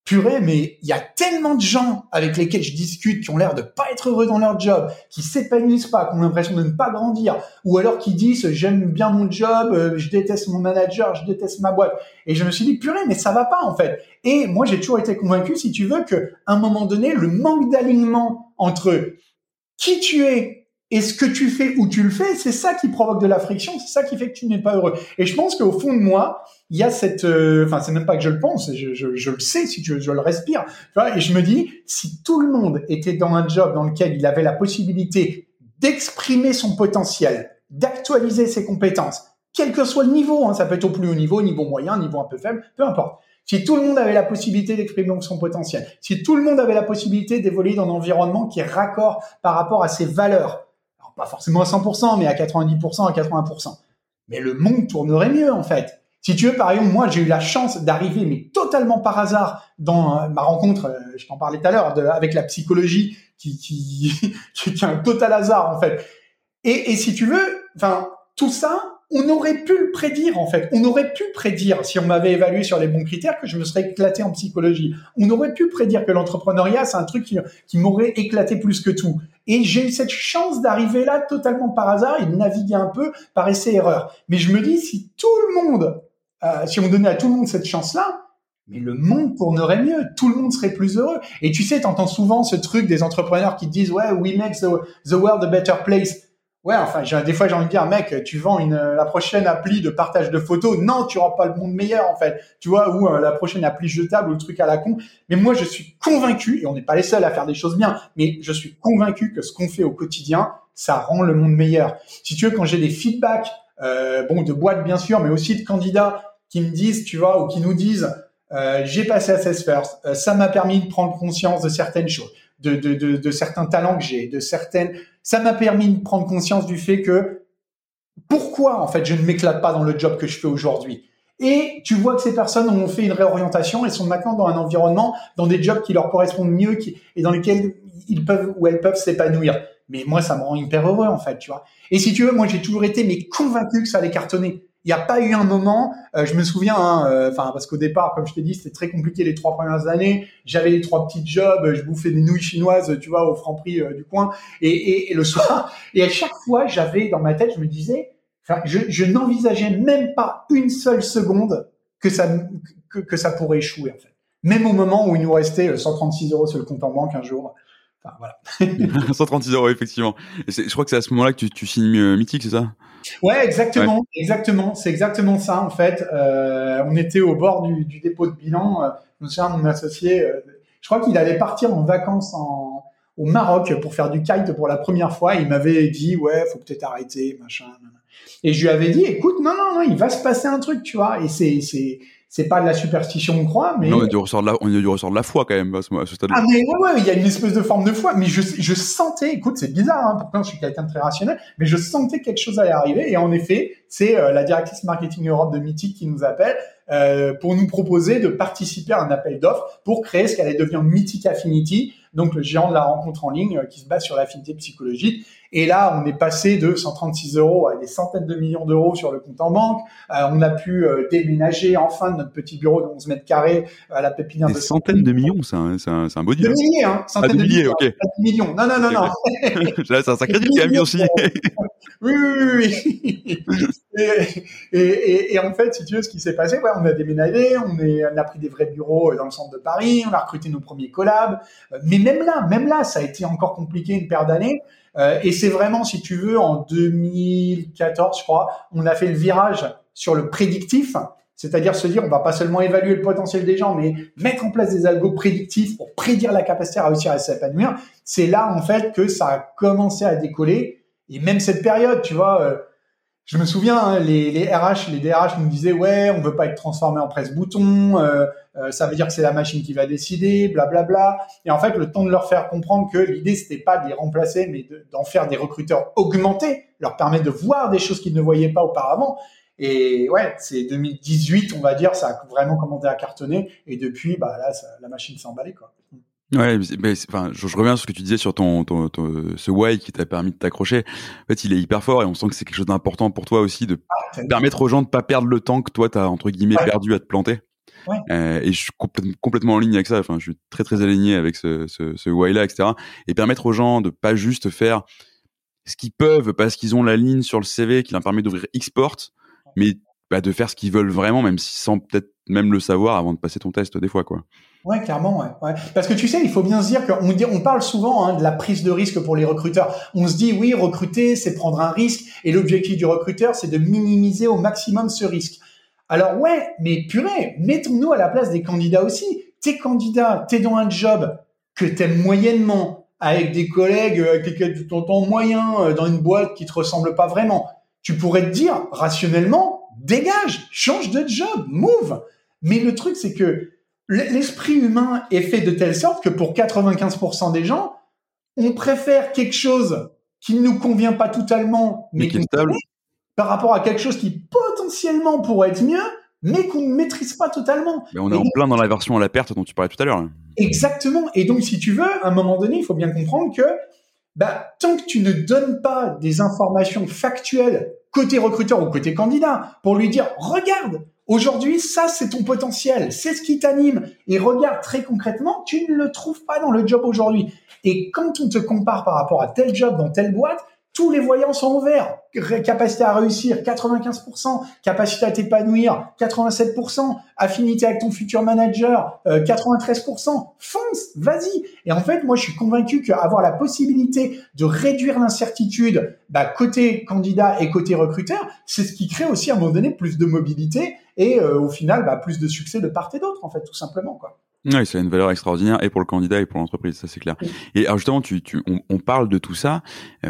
purée, mais il y a tellement de gens avec lesquels je discute qui ont l'air de pas être heureux dans leur job, qui s'épanouissent pas, qui ont l'impression de ne pas grandir, ou alors qui disent j'aime bien mon job, je déteste mon manager, je déteste ma boîte. Et je me suis dit purée, mais ça va pas en fait. Et moi j'ai toujours été convaincu, si tu veux, que à un moment donné, le manque d'alignement entre qui tu es et ce que tu fais, où tu le fais, c'est ça qui provoque de la friction, c'est ça qui fait que tu n'es pas heureux. Et je pense qu'au fond de moi, il y a cette, enfin, c'est même pas que je le pense, je le sais, si tu veux, je le respire, tu vois, et je me dis, si tout le monde était dans un job dans lequel il avait la possibilité d'exprimer son potentiel, d'actualiser ses compétences, quel que soit le niveau, hein, ça peut être au plus haut niveau moyen, niveau un peu faible, peu importe. Si tout le monde avait la possibilité d'exprimer son potentiel, si tout le monde avait la possibilité d'évoluer dans un environnement qui est raccord par rapport à ses valeurs, alors pas forcément à 100%, mais à 90%, à 80%, mais le monde tournerait mieux, en fait. Si tu veux, par exemple, moi, j'ai eu la chance d'arriver, mais totalement par hasard, dans ma rencontre, je t'en parlais tout à l'heure, avec la psychologie, qui est un total hasard, en fait. Et si tu veux, enfin, tout ça, on aurait pu le prédire, en fait. On aurait pu prédire, si on m'avait évalué sur les bons critères, que je me serais éclaté en psychologie. On aurait pu prédire que l'entrepreneuriat, c'est un truc qui m'aurait éclaté plus que tout. Et j'ai eu cette chance d'arriver là totalement par hasard et de naviguer un peu par essai-erreur. Mais je me dis, si tout le monde, si on donnait à tout le monde cette chance-là, mais le monde tournerait mieux, tout le monde serait plus heureux. Et tu sais, t'entends souvent ce truc des entrepreneurs qui disent, ouais, we make the world a better place. Ouais, enfin, des fois, j'ai envie de dire, mec, tu vends la prochaine appli de partage de photos. Non, tu rends pas le monde meilleur, en fait. Tu vois, ou la prochaine appli jetable ou le truc à la con. Mais moi, je suis convaincu, et on n'est pas les seuls à faire des choses bien, mais je suis convaincu que ce qu'on fait au quotidien, ça rend le monde meilleur. Si tu veux, quand j'ai des feedbacks, de boîtes, bien sûr, mais aussi de candidats qui me disent, tu vois, ou qui nous disent, j'ai passé Assess First, ça m'a permis de prendre conscience de certaines choses, de certains talents que j'ai, ça m'a permis de prendre conscience du fait que pourquoi, en fait, je ne m'éclate pas dans le job que je fais aujourd'hui. Et tu vois que ces personnes ont fait une réorientation et sont maintenant dans un environnement, dans des jobs qui leur correspondent mieux et dans lesquels elles peuvent s'épanouir. Mais moi, ça me rend hyper heureux, en fait, tu vois. Et si tu veux, moi, j'ai toujours été convaincu que ça allait cartonner. Il n'y a pas eu un moment, je me souviens, parce qu'au départ, comme je t'ai dit, c'était très compliqué les 3 premières années. J'avais les 3 petits jobs, je bouffais des nouilles chinoises, tu vois, au Franprix du coin, et le soir. Et à chaque fois, j'avais dans ma tête, je me disais, je n'envisageais même pas une seule seconde que ça pourrait échouer, en fait. Même au moment où il nous restait 136 € sur le compte en banque un jour. Enfin, voilà. 136 €, effectivement. Et je crois que c'est à ce moment-là que tu signes Mythique, c'est ça? Ouais, exactement, ouais. Exactement. C'est exactement ça, en fait. On était au bord du dépôt de bilan. Je me souviens, mon associé, je crois qu'il allait partir en vacances au Maroc pour faire du kite pour la première fois. Il m'avait dit, ouais, faut peut-être arrêter, machin. Et je lui avais dit, écoute, non, il va se passer un truc, tu vois. Et c'est pas de la superstition, on croit, mais... Non, on a du ressort de la foi, quand même, à ce stade-là. Ah, mais ouais, il y a une espèce de forme de foi, mais je sentais, écoute, c'est bizarre, hein, pourtant je suis quelqu'un de très rationnel, mais je sentais que quelque chose allait arriver, et en effet, c'est la directrice marketing Europe de Mythique qui nous appelle, pour nous proposer de participer à un appel d'offres pour créer ce qu'allait devenir Mythique Affinity, donc le géant de la rencontre en ligne qui se base sur l'affinité psychologique. Et là, on est passé de 136 € à des centaines de millions d'euros sur le compte en banque. On a pu déménager enfin de notre petit bureau de 11 mètres carrés à la pépinière. Des centaines de millions, c'est un beau deal. De milliers, hein. Centaines de milliers, ok. Pas de millions. Non. C'est un sacré deal quand même, bien signé. Oui. Et en fait, si tu veux, ce qui s'est passé, ouais, on a déménagé, on a pris des vrais bureaux dans le centre de Paris, on a recruté nos premiers collabs. Mais même là, ça a été encore compliqué une paire d'années. Et c'est vraiment, si tu veux, en 2014, je crois, on a fait le virage sur le prédictif, c'est-à-dire se dire, on va pas seulement évaluer le potentiel des gens, mais mettre en place des algos prédictifs pour prédire la capacité à réussir à s'épanouir. C'est là, en fait, que ça a commencé à décoller. Et même cette période, tu vois, je me souviens, hein, les DRH nous disaient, ouais, on veut pas être transformé en presse-bouton, ça veut dire que c'est la machine qui va décider, blablabla. Et en fait, le temps de leur faire comprendre que l'idée, c'était pas de les remplacer, mais d'en faire des recruteurs augmentés, leur permettre de voir des choses qu'ils ne voyaient pas auparavant. Et ouais, c'est 2018, on va dire, ça a vraiment commencé à cartonner. Et depuis, là, la machine s'est emballée, quoi. Ouais, mais je reviens sur ce que tu disais sur ce why qui t'a permis de t'accrocher. En fait, il est hyper fort et on sent que c'est quelque chose d'important pour toi aussi de permettre aux gens de pas perdre le temps que toi t'as entre guillemets perdu à te planter. Ouais. Et je suis complètement en ligne avec ça. Enfin, je suis très très aligné avec ce why-là, etc. Et permettre aux gens de pas juste faire ce qu'ils peuvent parce qu'ils ont la ligne sur le CV qui leur permet d'ouvrir Xport, mais de faire ce qu'ils veulent vraiment, même sans peut-être même le savoir avant de passer ton test des fois, quoi. Ouais, clairement, ouais. Parce que tu sais, il faut bien se dire on parle souvent de la prise de risque pour les recruteurs. On se dit, oui, recruter, c'est prendre un risque, et l'objectif du recruteur, c'est de minimiser au maximum ce risque. Alors ouais, mais purée, mettons-nous à la place des candidats aussi. T'es candidat, t'es dans un job que t'aimes moyennement, avec des collègues que tu t'entends moyen, dans une boîte qui te ressemble pas vraiment. Tu pourrais te dire, rationnellement, dégage, change de job, move. Mais le truc, c'est que l'esprit humain est fait de telle sorte que pour 95% des gens, on préfère quelque chose qui ne nous convient pas totalement, mais qui est stable, par rapport à quelque chose qui potentiellement pourrait être mieux, mais qu'on ne maîtrise pas totalement. Mais on est en plein dans la version à la perte dont tu parlais tout à l'heure. Exactement. Et donc, si tu veux, à un moment donné, il faut bien comprendre que tant que tu ne donnes pas des informations factuelles côté recruteur ou côté candidat pour lui dire, regarde, aujourd'hui, ça, c'est ton potentiel, c'est ce qui t'anime. Et regarde, très concrètement, tu ne le trouves pas dans le job aujourd'hui. Et quand on te compare par rapport à tel job dans telle boîte, tous les voyants sont au vert. Capacité à réussir, 95%. Capacité à t'épanouir, 87%. Affinité avec ton futur manager, 93%. Fonce, vas-y. Et en fait, moi, je suis convaincu qu'avoir la possibilité de réduire l'incertitude côté candidat et côté recruteur, c'est ce qui crée aussi à un moment donné plus de mobilité et au final plus de succès de part et d'autre, en fait, tout simplement, quoi. Oui, ça a une valeur extraordinaire et pour le candidat et pour l'entreprise, ça c'est clair. Et alors justement, on parle de tout ça.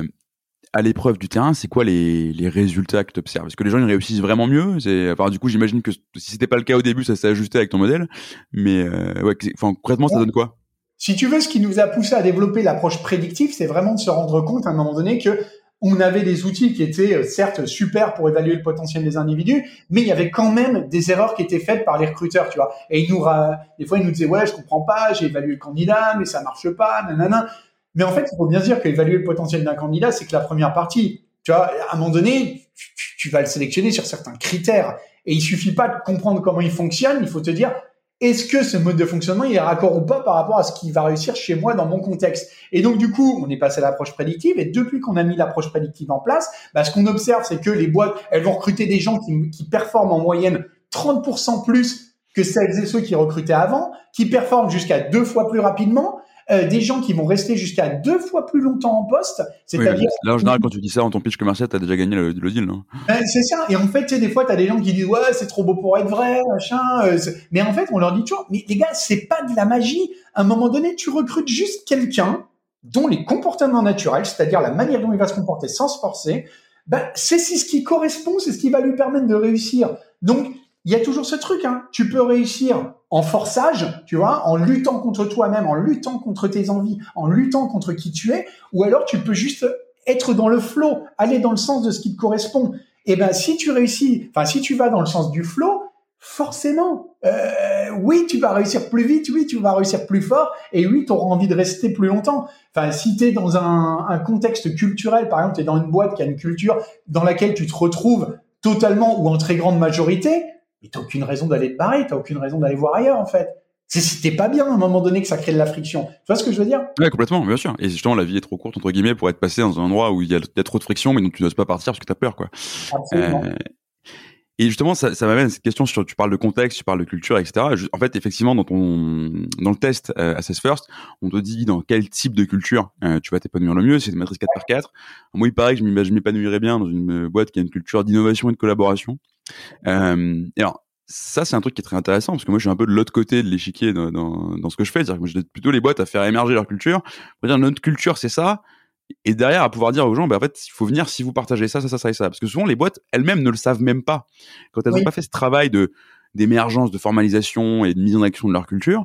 À l'épreuve du terrain, c'est quoi les résultats que tu observes? Est-ce que les gens ils réussissent vraiment mieux? Du coup, j'imagine que si c'était pas le cas au début, ça s'est ajusté avec ton modèle. Mais concrètement, ça donne quoi? Si tu veux, ce qui nous a poussé à développer l'approche prédictive, c'est vraiment de se rendre compte à un moment donné que on avait des outils qui étaient certes super pour évaluer le potentiel des individus, mais il y avait quand même des erreurs qui étaient faites par les recruteurs, tu vois. Et des fois, ils nous disaient, ouais, je comprends pas, j'ai évalué le candidat, mais ça marche pas, nanana. Mais en fait, il faut bien se dire qu'évaluer le potentiel d'un candidat, c'est que la première partie. Tu vois, à un moment donné, tu vas le sélectionner sur certains critères. Et il suffit pas de comprendre comment il fonctionne, il faut te dire, est-ce que ce mode de fonctionnement, il est raccord ou pas par rapport à ce qui va réussir chez moi dans mon contexte? Et donc, du coup, on est passé à l'approche prédictive. Et depuis qu'on a mis l'approche prédictive en place, ce qu'on observe, c'est que les boîtes, elles vont recruter des gens qui performent en moyenne 30% plus que celles et ceux qui recrutaient avant, qui performent jusqu'à 2 fois plus rapidement, des gens qui vont rester jusqu'à 2 fois plus longtemps en poste. C'est-à-dire, là, en général, quand tu dis ça dans ton pitch commercial, t'as déjà gagné le deal, non? C'est ça. Et en fait, tu sais, des fois, t'as des gens qui disent, ouais, c'est trop beau pour être vrai, machin. Mais en fait, on leur dit toujours, mais les gars, c'est pas de la magie. À un moment donné, tu recrutes juste quelqu'un dont les comportements naturels, c'est-à-dire la manière dont il va se comporter sans se forcer, c'est ce qui correspond, c'est ce qui va lui permettre de réussir. Donc, il y a toujours ce truc, tu peux réussir en forçage, tu vois, en luttant contre toi-même, en luttant contre tes envies, en luttant contre qui tu es, ou alors tu peux juste être dans le flow, aller dans le sens de ce qui te correspond. Et si tu réussis, si tu vas dans le sens du flow, forcément, oui, tu vas réussir plus vite, oui, tu vas réussir plus fort, et oui, tu auras envie de rester plus longtemps. Si tu es dans un contexte culturel, par exemple, tu es dans une boîte qui a une culture dans laquelle tu te retrouves totalement ou en très grande majorité, mais t'as aucune raison d'aller te barrer, t'as aucune raison d'aller voir ailleurs, en fait. C'est si t'es pas bien à un moment donné que ça crée de la friction. Tu vois ce que je veux dire? Ouais, complètement, bien sûr. Et justement, la vie est trop courte, entre guillemets, pour être passé dans un endroit où il y a trop de friction, mais dont tu n'oses pas partir parce que t'as peur, quoi. Absolument. Et justement, ça m'amène à cette question sur, tu parles de contexte, tu parles de culture, etc. En fait, effectivement, dans le test Assess First, on te dit dans quel type de culture tu vas t'épanouir le mieux. C'est une matrice 4x4. Moi, il paraît que je m'épanouirais bien dans une boîte qui a une culture d'innovation et de collaboration. Et alors, ça, c'est un truc qui est très intéressant parce que moi, je suis un peu de l'autre côté de l'échiquier dans ce que je fais. C'est-à-dire que moi, j'aide plutôt les boîtes à faire émerger leur culture. On va dire, notre culture, c'est ça. Et derrière, à pouvoir dire aux gens, en fait, il faut venir si vous partagez ça et ça. Parce que souvent, les boîtes elles-mêmes ne le savent même pas. Quand elles n'ont pas fait ce travail d'émergence, de formalisation et de mise en action de leur culture,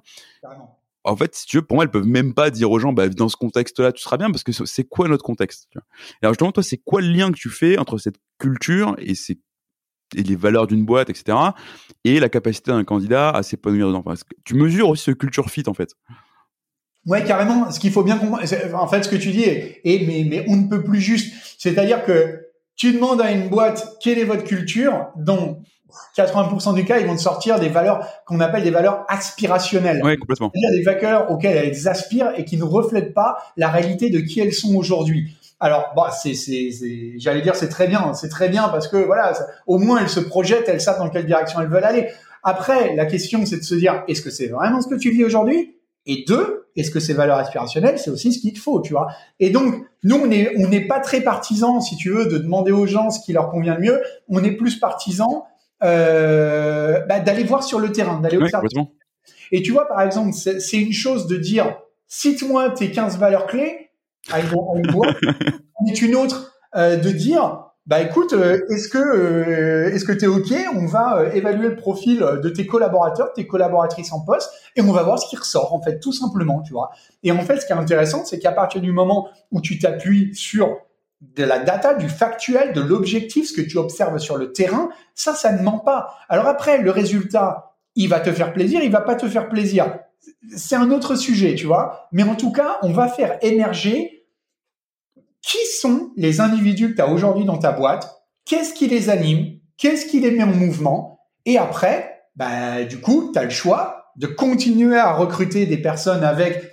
en fait, si tu veux, pour moi, elles peuvent même pas dire aux gens, dans ce contexte-là, tu seras bien, parce que c'est quoi notre contexte, tu vois. Et alors, justement, toi, c'est quoi le lien que tu fais entre cette culture et les valeurs d'une boîte, etc., et la capacité d'un candidat à s'épanouir dedans? Parce que tu mesures aussi ce culture fit, en fait. Ouais, carrément. Ce qu'il faut bien comprendre, en fait, ce que tu dis mais on ne peut plus juste. C'est-à-dire que tu demandes à une boîte quelle est votre culture, dans 80% du cas, ils vont te sortir des valeurs qu'on appelle des valeurs aspirationnelles. Ouais, complètement. C'est-à-dire des valeurs auxquelles elles aspirent et qui ne reflètent pas la réalité de qui elles sont aujourd'hui. Alors, j'allais dire c'est très bien parce que voilà, au moins elles se projettent, elles savent dans quelle direction elles veulent aller. Après, la question c'est de se dire, est-ce que c'est vraiment ce que tu vis aujourd'hui? Et deux, est-ce que ces valeurs aspirationnelles, c'est aussi ce qu'il te faut, tu vois? Et donc, nous, on n'est pas très partisans, si tu veux, de demander aux gens ce qui leur convient le mieux. On est plus partisans d'aller voir sur le terrain, d'aller observer. Et tu vois, par exemple, c'est une chose de dire, cite-moi tes 15 valeurs clés à une boîte. C'est une autre de dire, écoute, est-ce que t'es OK? On va évaluer le profil de tes collaborateurs, tes collaboratrices en poste, et on va voir ce qui ressort, en fait, tout simplement, tu vois. Et en fait, ce qui est intéressant, c'est qu'à partir du moment où tu t'appuies sur de la data, du factuel, de l'objectif, ce que tu observes sur le terrain, ça ne ment pas. Alors après, le résultat, il va te faire plaisir, il va pas te faire plaisir. C'est un autre sujet, tu vois. Mais en tout cas, on va faire émerger qui sont les individus que tu as aujourd'hui dans ta boîte, qu'est-ce qui les anime, qu'est-ce qui les met en mouvement. Et après, du coup, tu as le choix de continuer à recruter des personnes avec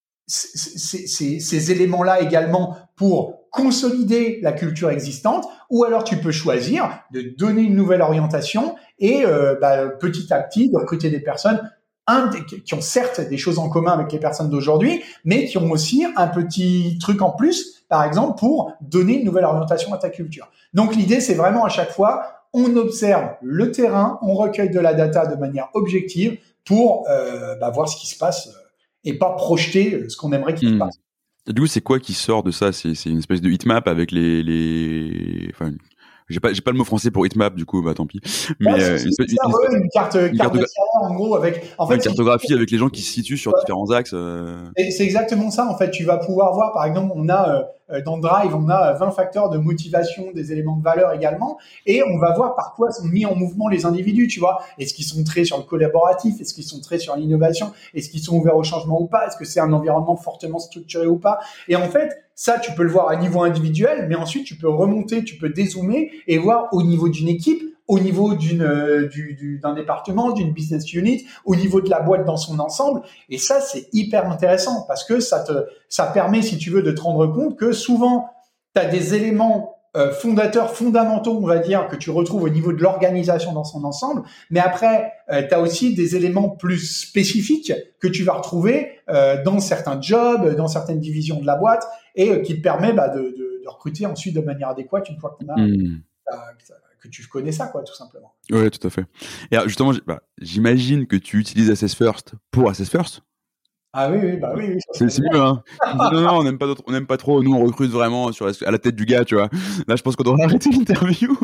ces éléments-là également pour consolider la culture existante, ou alors tu peux choisir de donner une nouvelle orientation et petit à petit de recruter des personnes qui ont certes des choses en commun avec les personnes d'aujourd'hui, mais qui ont aussi un petit truc en plus, par exemple, pour donner une nouvelle orientation à ta culture. Donc l'idée, c'est vraiment à chaque fois, on observe le terrain, on recueille de la data de manière objective pour voir ce qui se passe et pas projeter ce qu'on aimerait qu'il se passe. Et du coup, c'est quoi qui sort de ça? C'est une espèce de heatmap avec enfin, j'ai pas le mot français pour heatmap, du coup, tant pis. Mais une carte de carrière, en gros, avec une cartographie avec les gens qui se situent sur différents axes. C'est exactement ça. En fait, tu vas pouvoir voir, par exemple, on a dans Drive, on a 20 facteurs de motivation, des éléments de valeur également, et on va voir par quoi sont mis en mouvement les individus, tu vois. Est-ce qu'ils sont très sur le collaboratif? Est-ce qu'ils sont très sur l'innovation? Est-ce qu'ils sont ouverts au changement ou pas? Est-ce que c'est un environnement fortement structuré ou pas? Et en fait, ça, tu peux le voir à niveau individuel, mais ensuite, tu peux remonter, tu peux dézoomer et voir au niveau d'une équipe, au niveau d'un département, d'une business unit, au niveau de la boîte dans son ensemble. Et ça, c'est hyper intéressant parce que ça permet, si tu veux, de te rendre compte que souvent, tu as des éléments fondamentaux, on va dire, que tu retrouves au niveau de l'organisation dans son ensemble. Mais après, tu as aussi des éléments plus spécifiques que tu vas retrouver dans certains jobs, dans certaines divisions de la boîte et qui te permet de recruter ensuite de manière adéquate une fois qu'on a que tu connais ça, quoi, tout simplement. Ouais, tout à fait. Et alors, justement, j'imagine que tu utilises Assess First pour Assess First. Ah oui. C'est mieux, hein. Non, on n'aime pas trop. Nous, on recrute vraiment à la tête du gars, tu vois. Là, je pense qu'on devrait arrêter l'interview.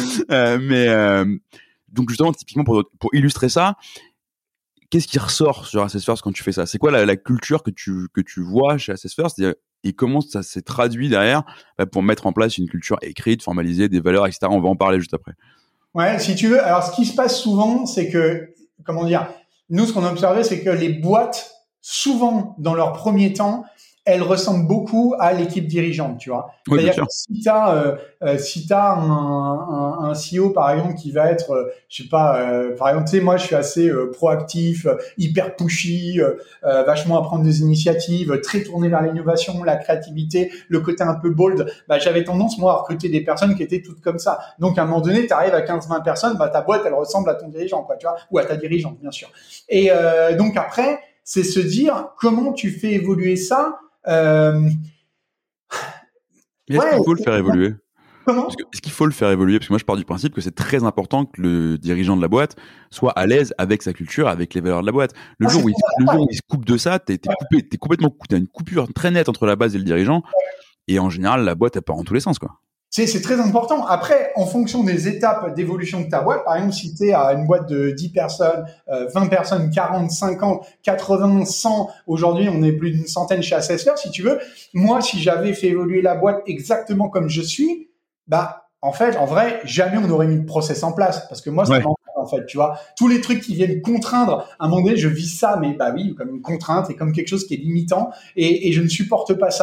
Donc, justement, typiquement, pour illustrer ça, qu'est-ce qui ressort sur Assess First quand tu fais ça? C'est quoi la culture que tu vois chez Assess First? Et comment ça s'est traduit derrière pour mettre en place une culture écrite, formalisée, des valeurs, etc. On va en parler juste après. Ouais, si tu veux. Alors, ce qui se passe souvent, c'est que, nous, ce qu'on a observé, c'est que les boîtes, souvent, dans leur premier temps, elles ressemblent beaucoup à l'équipe dirigeante, tu vois. Oui, c'est-à-dire que si t'as un CEO, par exemple, qui va être, par exemple, tu sais, moi, je suis assez proactif, hyper pushy, vachement à prendre des initiatives, très tourné vers l'innovation, la créativité, le côté un peu bold. J'avais tendance, moi, à recruter des personnes qui étaient toutes comme ça. Donc, à un moment donné, t'arrives à 15-20 personnes, ta boîte, elle ressemble à ton dirigeant, quoi, tu vois, ou à ta dirigeante, bien sûr. Et donc, après, c'est se dire comment tu fais évoluer ça. Mais est-ce qu'il faut le faire évoluer? Comment? Est-ce qu'il faut le faire évoluer? Parce que moi, je pars du principe que c'est très important que le dirigeant de la boîte soit à l'aise avec sa culture, avec les valeurs de la boîte. Le jour où il se coupe de ça, t'es complètement coupé. T'as une coupure très nette entre la base et le dirigeant. Et en général, la boîte, elle part en tous les sens, quoi. C'est très important. Après, en fonction des étapes d'évolution de ta boîte, par exemple, si tu es à une boîte de 10 personnes, 20 personnes, 40, 50, 80, 100, aujourd'hui, on est plus d'une centaine chez Assess First, si tu veux. Moi, si j'avais fait évoluer la boîte exactement comme je suis, en fait, en vrai, jamais on aurait mis le process en place. Parce que moi, ça m'empêche, en fait, tu vois. Tous les trucs qui viennent contraindre, à un moment donné, je vis ça, mais oui, comme une contrainte et comme quelque chose qui est limitant et je ne supporte pas ça.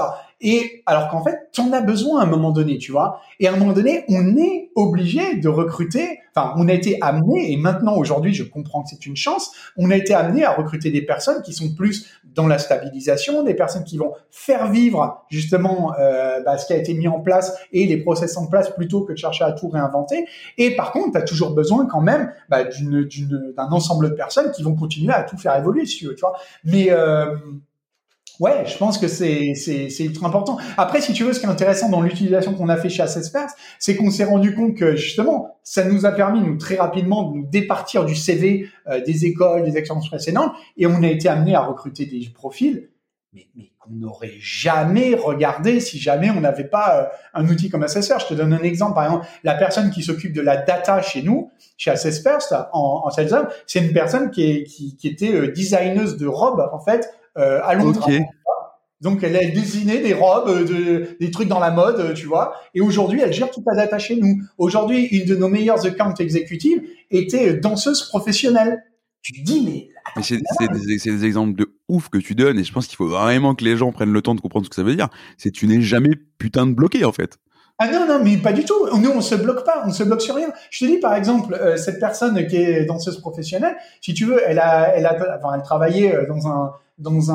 Et alors qu'en fait, t'en as besoin à un moment donné, tu vois. Et à un moment donné, on est obligé de recruter. Enfin, on a été amené, et maintenant aujourd'hui, je comprends que c'est une chance. On a été amené à recruter des personnes qui sont plus dans la stabilisation, des personnes qui vont faire vivre justement ce qui a été mis en place et les process en place plutôt que de chercher à tout réinventer. Et par contre, t'as toujours besoin quand même d'un ensemble de personnes qui vont continuer à tout faire évoluer, si tu veux, tu vois. Mais ouais, je pense que c'est ultra important. Après, si tu veux, ce qui est intéressant dans l'utilisation qu'on a fait chez Assessperts, c'est qu'on s'est rendu compte que justement, ça nous a permis, nous, très rapidement, de nous départir du CV des écoles, des expériences précédentes, et on a été amené à recruter des profils, mais qu'on n'aurait jamais regardé si jamais on n'avait pas un outil comme Assessperts. Je te donne un exemple. Par exemple, la personne qui s'occupe de la data chez nous, chez Assessperts, en Sales Hub, c'est une personne qui était designeuse de robes, en fait, à Londres. Okay. Donc, elle a dessiné des robes, des trucs dans la mode, tu vois. Et aujourd'hui, elle gère toute la data chez nous. Aujourd'hui, une de nos meilleures account exécutives était danseuse professionnelle. Tu te dis, mais... c'est des exemples de ouf que tu donnes, et je pense qu'il faut vraiment que les gens prennent le temps de comprendre ce que ça veut dire. C'est tu n'es jamais putain de bloqué, en fait. Ah non, mais pas du tout. Nous, on se bloque pas, on se bloque sur rien. Je te dis, par exemple, cette personne qui est danseuse professionnelle, si tu veux, elle travaillait dans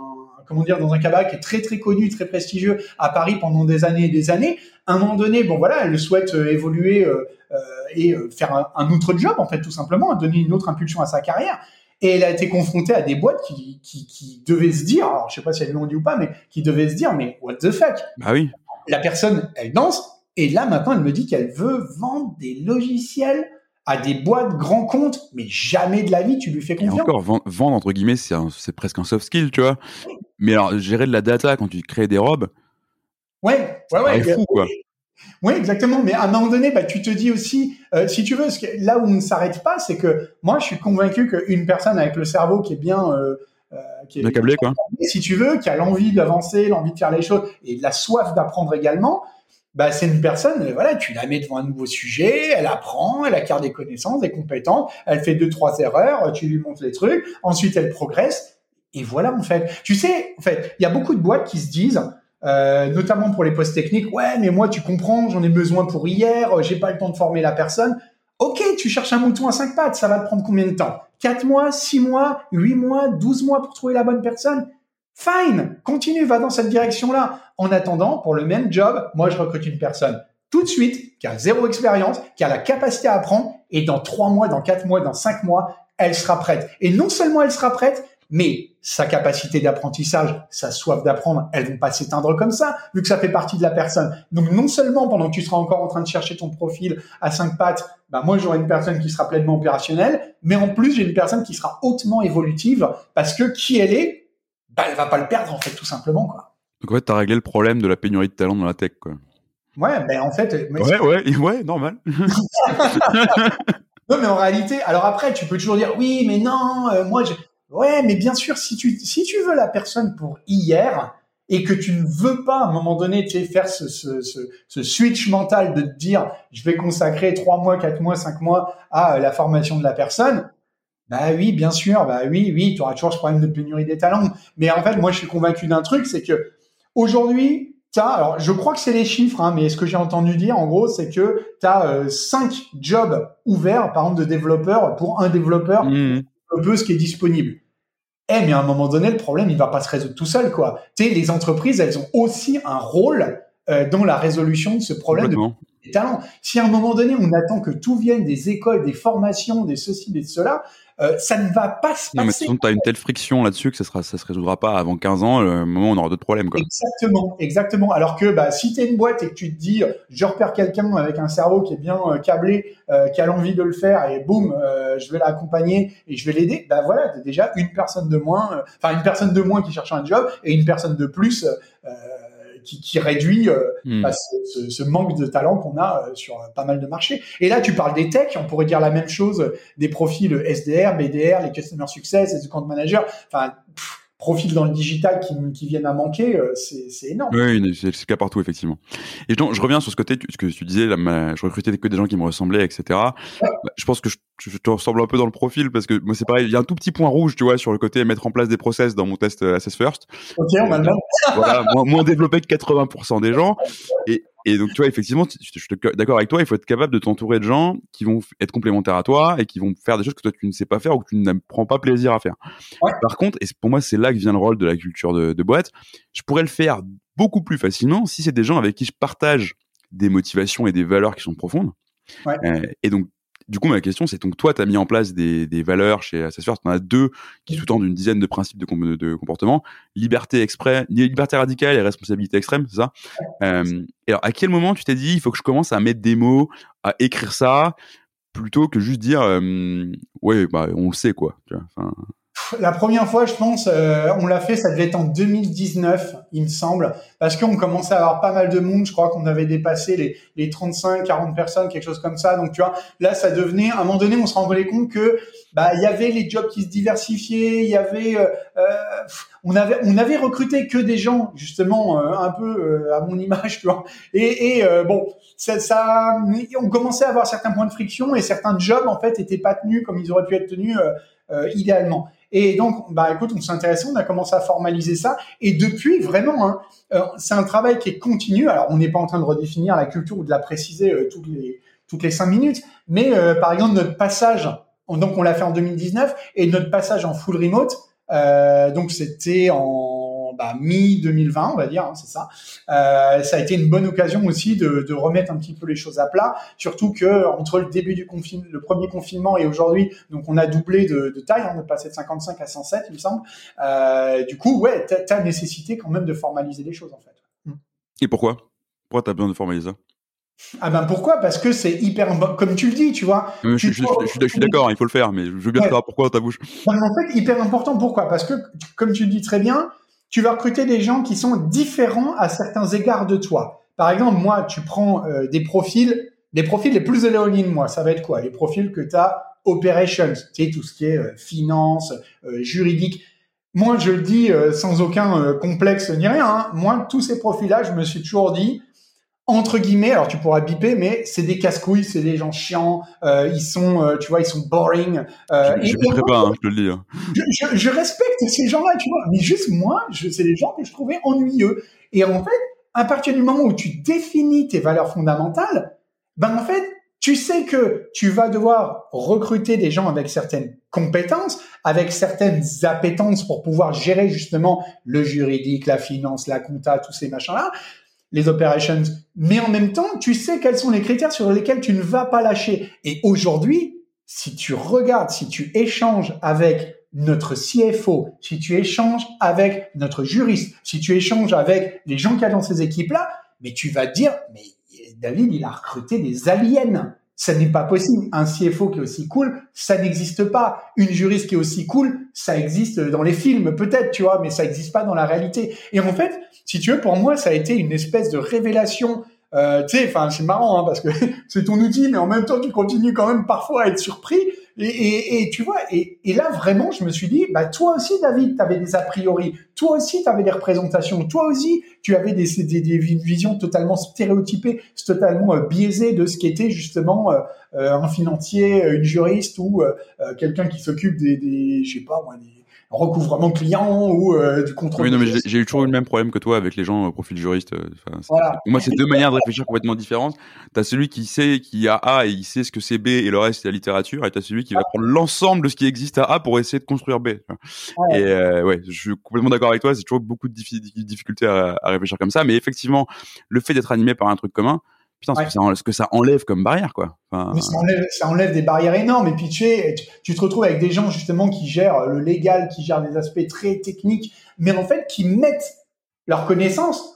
un cabaret qui est très très connu, très prestigieux à Paris pendant des années et des années. À un moment donné, elle souhaite évoluer et faire un autre job, en fait, tout simplement, donner une autre impulsion à sa carrière. Et elle a été confrontée à des boîtes qui devaient se dire, alors je sais pas si elles l'ont dit ou pas, mais qui devaient se dire, mais what the fuck? Bah oui. La personne, elle danse, et là maintenant elle me dit qu'elle veut vendre des logiciels à des boîtes grands comptes, mais jamais de la vie tu lui fais confiance. Et encore, vendre entre guillemets, c'est presque un soft skill, tu vois. Mais alors, gérer de la data quand tu crées des robes, ouais, fou, quoi. Oui, exactement. Mais à un moment donné, tu te dis aussi, si tu veux, là où on ne s'arrête pas, c'est que moi, je suis convaincu qu'une personne avec le cerveau qui est bien bien câblé, quoi. Si tu veux, qui a l'envie d'avancer, l'envie de faire les choses et la soif d'apprendre également, c'est une personne, tu la mets devant un nouveau sujet, elle apprend, elle acquiert des connaissances, des compétences, elle fait 2-3 erreurs, tu lui montres les trucs, ensuite elle progresse, et voilà, en fait. Tu sais, en fait, il y a beaucoup de boîtes qui se disent, notamment pour les postes techniques, ouais, mais moi, tu comprends, j'en ai besoin pour hier, j'ai pas le temps de former la personne. Ok, tu cherches un mouton à 5 pattes, ça va te prendre combien de temps? 4 mois, 6 mois, 8 mois, 12 mois pour trouver la bonne personne? Fine, continue, va dans cette direction-là. En attendant, pour le même job, moi, je recrute une personne tout de suite, qui a 0 expérience, qui a la capacité à apprendre, et dans 3 mois, dans 4 mois, dans 5 mois, elle sera prête. Et non seulement elle sera prête, mais sa capacité d'apprentissage, sa soif d'apprendre, elles vont pas s'éteindre comme ça, vu que ça fait partie de la personne. Donc, non seulement pendant que tu seras encore en train de chercher ton profil à 5 pattes, moi, j'aurai une personne qui sera pleinement opérationnelle, mais en plus, j'ai une personne qui sera hautement évolutive, parce que qui elle est, elle va pas le perdre, en fait, tout simplement, quoi. Donc, en fait, t'as réglé le problème de la pénurie de talent dans la tech, quoi. Ouais, en fait... Ouais, normal. Non, mais en réalité, alors après, tu peux toujours dire, oui, mais non, ouais, mais bien sûr, si tu veux la personne pour hier et que tu ne veux pas, à un moment donné, faire ce switch mental de te dire, je vais consacrer 3 mois, 4 mois, 5 mois à la formation de la personne, oui, bien sûr, oui, tu auras toujours ce problème de pénurie des talents. Mais en fait, moi, je suis convaincu d'un truc, c'est que aujourd'hui, alors je crois que c'est les chiffres, mais ce que j'ai entendu dire, en gros, c'est que tu as 5 jobs ouverts, par exemple, de développeurs pour un développeur, développeuse qui est disponible. Mais à un moment donné, le problème, il va pas se résoudre tout seul, quoi. Les entreprises, elles ont aussi un rôle dans la résolution de ce problème des talents. Si à un moment donné, on attend que tout vienne des écoles, des formations, des ceci, des cela, ça ne va pas se passer. Non, mais de toute façon, t'as une telle friction là-dessus que ça se résoudra pas avant 15 ans, le moment où on aura d'autres problèmes, quoi. Exactement. Alors que, si t'es une boîte et que tu te dis, je repère quelqu'un avec un cerveau qui est bien câblé, qui a l'envie de le faire et boum, je vais l'accompagner et je vais l'aider, voilà, t'as déjà une personne de moins, une personne de moins qui cherche un job et une personne de plus, qui réduit ce manque de talent qu'on a sur pas mal de marchés. Et là, tu parles des techs, on pourrait dire la même chose des profils SDR, BDR, les Customer Success, les Account Managers. profils dans le digital qui viennent à manquer, c'est énorme. Oui, c'est le cas partout, effectivement. Et donc, je reviens sur ce côté, ce que tu disais, là, je recrutais que des gens qui me ressemblaient, etc. Ouais. Je pense que je te ressemble un peu dans le profil, parce que moi, c'est pareil, il y a un tout petit point rouge, tu vois, sur le côté mettre en place des process dans mon test Assess First. Ok, on a le même. Voilà, moins développé que 80% des gens. Et donc, tu vois, effectivement, je suis d'accord avec toi, il faut être capable de t'entourer de gens qui vont être complémentaires à toi et qui vont faire des choses que toi, tu ne sais pas faire ou que tu ne prends pas plaisir à faire. Ouais. Par contre, et pour moi, c'est là que vient le rôle de la culture de boîte, je pourrais le faire beaucoup plus facilement si c'est des gens avec qui je partage des motivations et des valeurs qui sont profondes. Ouais. Et donc, du coup, ma question, c'est donc toi, tu as mis en place des valeurs chez Assess First. Tu en as 2 qui sous-tendent une dizaine de principes de comportement. Liberté radicale et responsabilité extrême, c'est ça? Et alors, à quel moment tu t'es dit, il faut que je commence à mettre des mots, à écrire ça, plutôt que juste dire, ouais, bah, on le sait, quoi. Tu vois, enfin... La première fois, je pense, on l'a fait, ça devait être en 2019, il me semble, parce qu'on commençait à avoir pas mal de monde. Je crois qu'on avait dépassé les 35, 40 personnes, quelque chose comme ça. Donc, tu vois, là, ça devenait, à un moment donné, on se rendait compte que, bah, il y avait les jobs qui se diversifiaient, il y avait, on avait recruté que des gens, justement, un peu à mon image, tu vois. Bon, on commençait à avoir certains points de friction et certains jobs, en fait, étaient pas tenus comme ils auraient pu être tenus idéalement. Et donc, bah, écoute, on s'est intéressé, on a commencé à formaliser ça. Et depuis, vraiment, c'est un travail qui est continu. Alors, on n'est pas en train de redéfinir la culture ou de la préciser toutes les 5 minutes. Mais, par exemple, notre passage, donc on l'a fait en 2019, et notre passage en full remote, donc c'était en mi-2020, on va dire, c'est ça. Ça a été une bonne occasion aussi de remettre un petit peu les choses à plat, surtout que entre le début le premier confinement et aujourd'hui, donc on a doublé de taille, on est passé de 55 à 107, il me semble. Du coup, ouais, t'as nécessité quand même de formaliser les choses, en fait. Et pourquoi t'as besoin de formaliser ça? Ah ben pourquoi? Parce que c'est hyper, comme tu le dis, tu vois. Je suis d'accord, il faut le faire, mais je veux bien savoir pourquoi dans ta bouche. En fait, hyper important. Pourquoi? Parce que, comme tu le dis très bien, tu vas recruter des gens qui sont différents à certains égards de toi. Par exemple, moi, tu prends des profils les plus éloignés de moi. Ça va être quoi? Les profils que tu as operations, tu sais, tout ce qui est finance, juridique. Moi, je le dis sans aucun complexe ni rien. Hein. Moi, tous ces profils-là, je me suis toujours dit, entre guillemets, alors tu pourras biper, mais c'est des casse-couilles, c'est des gens chiants, ils sont, tu vois, ils sont boring. Je biperai pas, hein, je te le dis. Hein. Je respecte ces gens-là, tu vois, mais juste moi, c'est des gens que je trouvais ennuyeux. Et en fait, à partir du moment où tu définis tes valeurs fondamentales, ben en fait, tu sais que tu vas devoir recruter des gens avec certaines compétences, avec certaines appétences pour pouvoir gérer justement le juridique, la finance, la compta, tous ces machins-là. Les operations, mais en même temps, tu sais quels sont les critères sur lesquels tu ne vas pas lâcher. Et aujourd'hui, si tu regardes, si tu échanges avec notre CFO, si tu échanges avec notre juriste, si tu échanges avec les gens qu'il y a dans ces équipes-là, mais tu vas te dire, mais David, il a recruté des aliens. Ça n'est pas possible. Un CFO qui est aussi cool, ça n'existe pas. Une juriste qui est aussi cool, ça existe dans les films peut-être, tu vois, mais ça n'existe pas dans la réalité. Et en fait, si tu veux, pour moi, ça a été une espèce de révélation. Tu sais, enfin, c'est marrant, hein, parce que c'est ton outil, mais en même temps, tu continues quand même parfois à être surpris. Et tu vois, et là, vraiment, je me suis dit, bah, toi aussi, David, tu avais des a priori. Toi aussi, tu avais des représentations. Toi aussi, tu avais des visions totalement stéréotypées, totalement biaisées de ce qu'était justement un financier, une juriste ou quelqu'un qui s'occupe des je sais pas moi, des recouvrement client ou du contrôle. Oui, non, mais j'ai toujours eu le même problème que toi avec les gens au profil juriste. Voilà. Pour moi, c'est 2 manières de réfléchir complètement différentes. T'as celui qui a A et il sait ce que c'est B et le reste c'est la littérature, et t'as celui qui va prendre l'ensemble de ce qui existe à A pour essayer de construire B. Ouais. Et ouais, je suis complètement d'accord avec toi. C'est toujours beaucoup de difficultés à réfléchir comme ça, mais effectivement, le fait d'être animé par un truc commun, putain, ce que ça enlève comme barrière, quoi. Enfin, mais ça enlève des barrières énormes. Et puis tu te retrouves avec des gens justement qui gèrent le légal, qui gèrent des aspects très techniques, mais en fait qui mettent leurs connaissances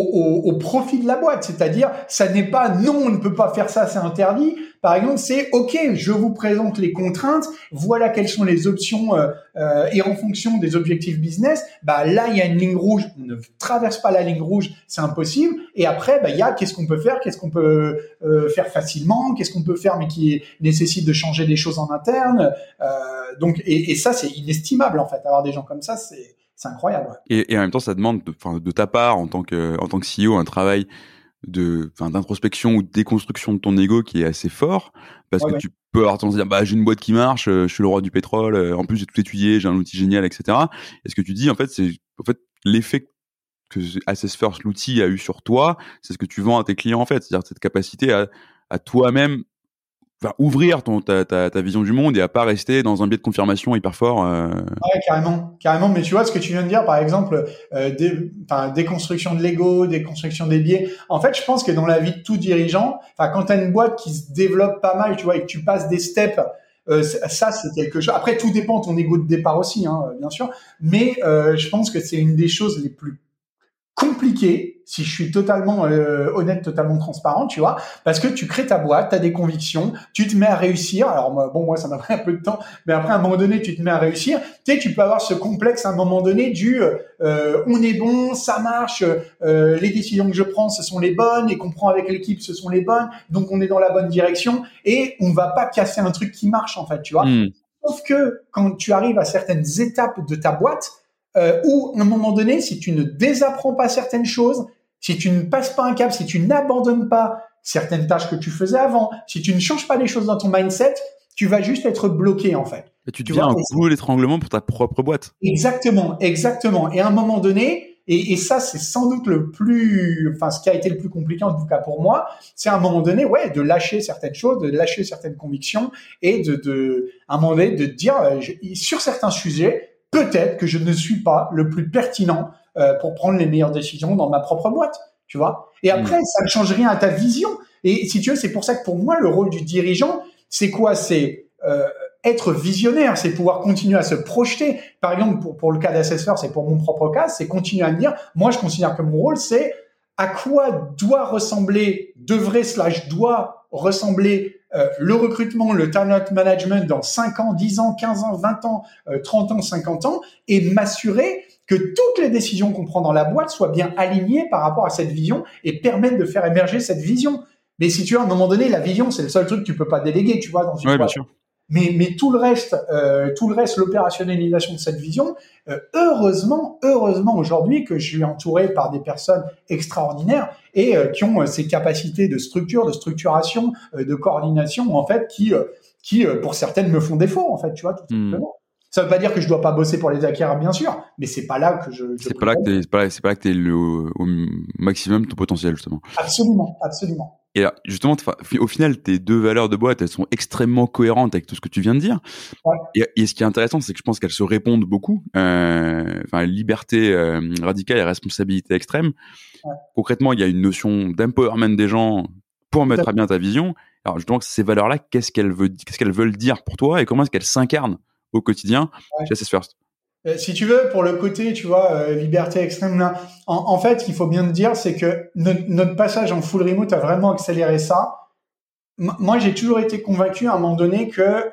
au profit de la boîte. C'est-à-dire, ça n'est pas non, on ne peut pas faire ça, c'est interdit. Par exemple, c'est OK, je vous présente les contraintes, voilà quelles sont les options et en fonction des objectifs business, bah là il y a une ligne rouge, on ne traverse pas la ligne rouge, c'est impossible. Et après, bah il y a qu'est-ce qu'on peut faire, qu'est-ce qu'on peut faire facilement, qu'est-ce qu'on peut faire mais qui nécessite de changer des choses en interne. Donc et ça c'est inestimable en fait, avoir des gens comme ça, C'est incroyable. Et en même temps, ça demande de ta part, en tant que CEO, un travail d'introspection ou de déconstruction de ton ego qui est assez fort, parce que tu peux avoir tendance à dire, j'ai une boîte qui marche, je suis le roi du pétrole, en plus j'ai tout étudié, j'ai un outil génial, etc. Et ce que tu dis, en fait, c'est l'effet que Assess First, l'outil, a eu sur toi, c'est ce que tu vends à tes clients, en fait. C'est-à-dire cette capacité à toi-même ouvrir ta vision du monde et à pas rester dans un biais de confirmation hyper fort. Ouais, carrément. Mais tu vois ce que tu viens de dire, par exemple, déconstruction de l'ego, déconstruction des biais. En fait, je pense que dans la vie de tout dirigeant, quand tu as une boîte qui se développe pas mal, tu vois, et que tu passes des steps, ça c'est quelque chose. Après, tout dépend de ton ego de départ aussi, bien sûr. Mais je pense que c'est une des choses les plus compliqué, si je suis totalement honnête, totalement transparent, tu vois, parce que tu crées ta boîte, tu as des convictions, tu te mets à réussir. Alors moi ça m'a pris un peu de temps, mais après à un moment donné, tu te mets à réussir. Tu peux avoir ce complexe à un moment donné du on est bon, ça marche, les décisions que je prends, ce sont les bonnes, et qu'on prend avec l'équipe, ce sont les bonnes, donc on est dans la bonne direction et on va pas casser un truc qui marche en fait, tu vois. Sauf que quand tu arrives à certaines étapes de ta boîte, où à un moment donné, si tu ne désapprends pas certaines choses, si tu ne passes pas un cap, si tu n'abandonnes pas certaines tâches que tu faisais avant, si tu ne changes pas les choses dans ton mindset, tu vas juste être bloqué en fait. Et tu deviens un goulot d'étranglement pour ta propre boîte. Exactement. Et à un moment donné, et ça c'est sans doute ce qui a été le plus compliqué en tout cas pour moi, c'est à un moment donné, de lâcher certaines choses, de lâcher certaines convictions et à un moment donné de dire sur certains sujets, peut-être que je ne suis pas le plus pertinent pour prendre les meilleures décisions dans ma propre boîte, tu vois. Et après, ça ne change rien à ta vision. Et si tu veux, c'est pour ça que pour moi, le rôle du dirigeant, c'est quoi ? C'est être visionnaire, c'est pouvoir continuer à se projeter. Par exemple, pour le cas d'Assess First, c'est pour mon propre cas, c'est continuer à me dire, moi, je considère que mon rôle, c'est à quoi doit ressembler le recrutement, le talent management dans 5 ans, 10 ans, 15 ans, 20 ans, 30 ans, 50 ans, et m'assurer que toutes les décisions qu'on prend dans la boîte soient bien alignées par rapport à cette vision et permettent de faire émerger cette vision. Mais si tu veux, à un moment donné, la vision, c'est le seul truc que tu peux pas déléguer, tu vois, dans une boîte. Bien sûr. Mais tout le reste, l'opérationnalisation de cette vision, heureusement aujourd'hui que je suis entouré par des personnes extraordinaires et qui ont ces capacités de structure, de structuration, de coordination en fait, qui pour certaines me font défaut en fait, tu vois, tout simplement. Ça veut pas dire que je dois pas bosser pour les acquérir, bien sûr, mais c'est pas là que c'est pas là que t'es au maximum de ton potentiel, justement. Absolument. Et là, justement, au final, tes deux valeurs de boîte, elles sont extrêmement cohérentes avec tout ce que tu viens de dire. Ouais. Et ce qui est intéressant, c'est que je pense qu'elles se répondent beaucoup. Liberté radicale et responsabilité extrême. Ouais. Concrètement, il y a une notion d'empowerment des gens pour mettre à bien ta vision. Alors justement, ces valeurs-là, qu'est-ce qu'elles veulent dire pour toi et comment est-ce qu'elles s'incarnent au quotidien chez Assess First? Si tu veux, pour le côté, tu vois, liberté extrême, là, en fait, ce qu'il faut bien te dire, c'est que notre passage en full remote a vraiment accéléré ça. Moi, j'ai toujours été convaincu à un moment donné que,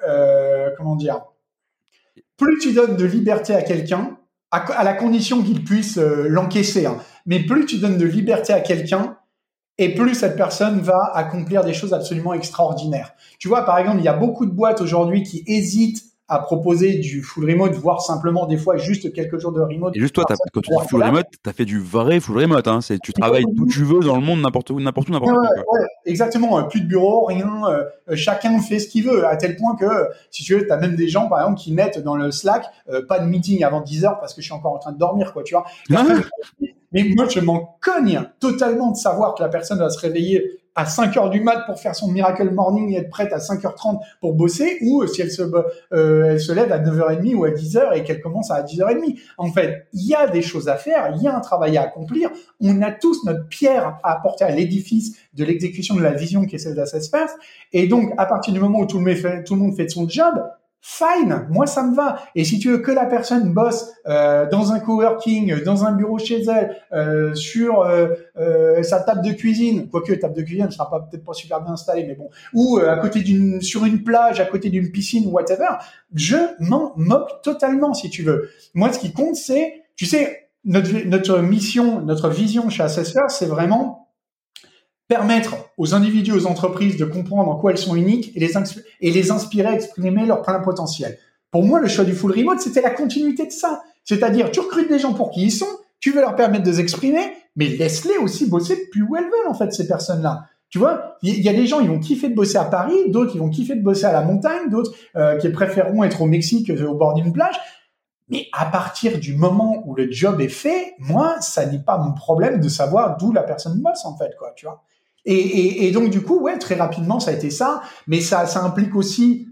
plus tu donnes de liberté à quelqu'un, à la condition qu'il puisse l'encaisser, mais plus tu donnes de liberté à quelqu'un, et plus cette personne va accomplir des choses absolument extraordinaires. Tu vois, par exemple, il y a beaucoup de boîtes aujourd'hui qui hésitent à proposer du full remote, voire simplement des fois juste quelques jours de remote. Et juste toi, quand tu dis full remote, t'as fait du vrai full remote, hein. Tu travailles d'où tu veux dans le monde, n'importe où, n'importe quand. Ouais, exactement. Plus de bureau, rien. Chacun fait ce qu'il veut, à tel point que, si tu veux, t'as même des gens, par exemple, qui mettent dans le Slack, pas de meeting avant 10h parce que je suis encore en train de dormir, quoi, tu vois. Mais moi, je m'en cogne totalement de savoir que la personne va se réveiller à 5h du mat pour faire son miracle morning et être prête à 5h30 pour bosser, ou si elle se lève à 9h30 ou à 10h et qu'elle commence à 10h30. En fait, il y a des choses à faire, il y a un travail à accomplir. On a tous notre pierre à apporter à l'édifice de l'exécution de la vision qui est celle d'Assess First. Et donc, à partir du moment où tout le monde fait son job, fine, moi ça me va. Et si tu veux que la personne bosse dans un coworking, dans un bureau chez elle, sur sa table de cuisine, quoique table de cuisine ne sera peut-être pas super bien installée, mais bon, ou sur une plage, à côté d'une piscine ou whatever, je m'en moque totalement si tu veux. Moi, ce qui compte, c'est, tu sais, notre mission, notre vision chez Assess First, c'est vraiment permettre aux individus, aux entreprises de comprendre en quoi elles sont uniques et les inspirer à exprimer leur plein potentiel. Pour moi, le choix du full remote, c'était la continuité de ça. C'est-à-dire, tu recrutes des gens pour qui ils sont, tu veux leur permettre de s'exprimer, mais laisse-les aussi bosser plus où elles veulent, en fait, ces personnes-là. Tu vois, il y a des gens, ils vont kiffer de bosser à Paris, d'autres, ils vont kiffer de bosser à la montagne, d'autres qui préféreront être au Mexique au bord d'une plage. Mais à partir du moment où le job est fait, moi, ça n'est pas mon problème de savoir d'où la personne bosse, en fait, quoi, tu vois. Et donc, du coup, ouais, très rapidement, ça a été ça. Mais ça implique aussi,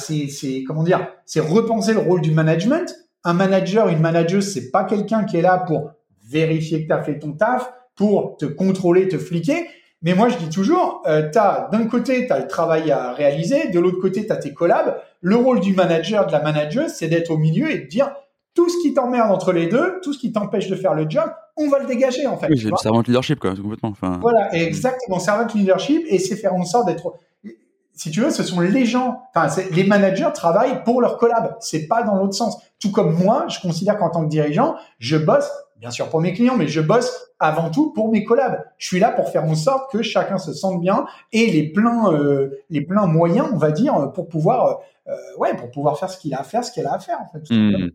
c'est repenser le rôle du management. Un manager, une manageuse, c'est pas quelqu'un qui est là pour vérifier que tu as fait ton taf, pour te contrôler, te fliquer. Mais moi, je dis toujours, d'un côté, tu as le travail à réaliser, de l'autre côté, tu as tes collabs. Le rôle du manager, de la manageuse, c'est d'être au milieu et de dire tout ce qui t'emmerde entre les deux, tout ce qui t'empêche de faire le job, on va le dégager, en fait. Oui, c'est le servant leadership, quoi, complètement. Enfin... Voilà, exactement, servant leadership, et c'est faire en sorte d'être... Si tu veux, ce sont les gens, les managers travaillent pour leur collab. C'est pas dans l'autre sens. Tout comme moi, je considère qu'en tant que dirigeant, je bosse, bien sûr pour mes clients, mais je bosse avant tout pour mes collabs. Je suis là pour faire en sorte que chacun se sente bien et les pleins moyens, on va dire, pour pouvoir faire ce qu'il a à faire, qu'elle a à faire, en fait.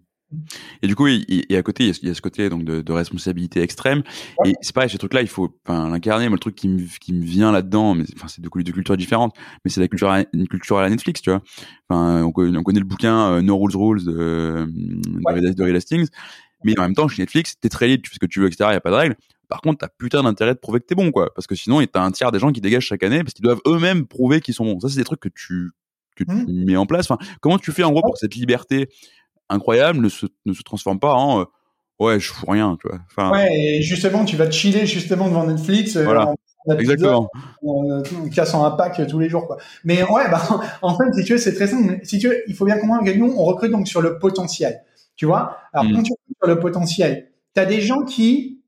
Et du coup, et à côté, il y a ce côté donc de responsabilité extrême. Ouais. Et c'est pareil, ce truc-là, il faut l'incarner. Moi, le truc qui me vient là-dedans, mais c'est de cultures différentes, mais c'est une culture à la Netflix, tu vois. On connaît le bouquin No Rules de Reed Hastings, mais en même temps, chez Netflix, t'es très libre, tu fais ce que tu veux, etc. Il y a pas de règles. Par contre, t'as putain d'intérêt de prouver que t'es bon, quoi. Parce que sinon, t'as un tiers des gens qui dégagent chaque année parce qu'ils doivent eux-mêmes prouver qu'ils sont bons. Ça, c'est des trucs que tu mets en place. Comment tu fais en gros pour que cette liberté incroyable ne se transforme pas en ouais, je fous rien, tu vois. Ouais, et justement, tu vas te chiller justement devant Netflix. Voilà. Exactement. En cassant un pack tous les jours, quoi. Mais ouais, en fait, si tu veux, c'est très simple. Si tu veux, il faut bien comprendre que nous, on recrute donc sur le potentiel. Tu vois? Alors, quand tu recrutes sur le potentiel, t'as des gens qui,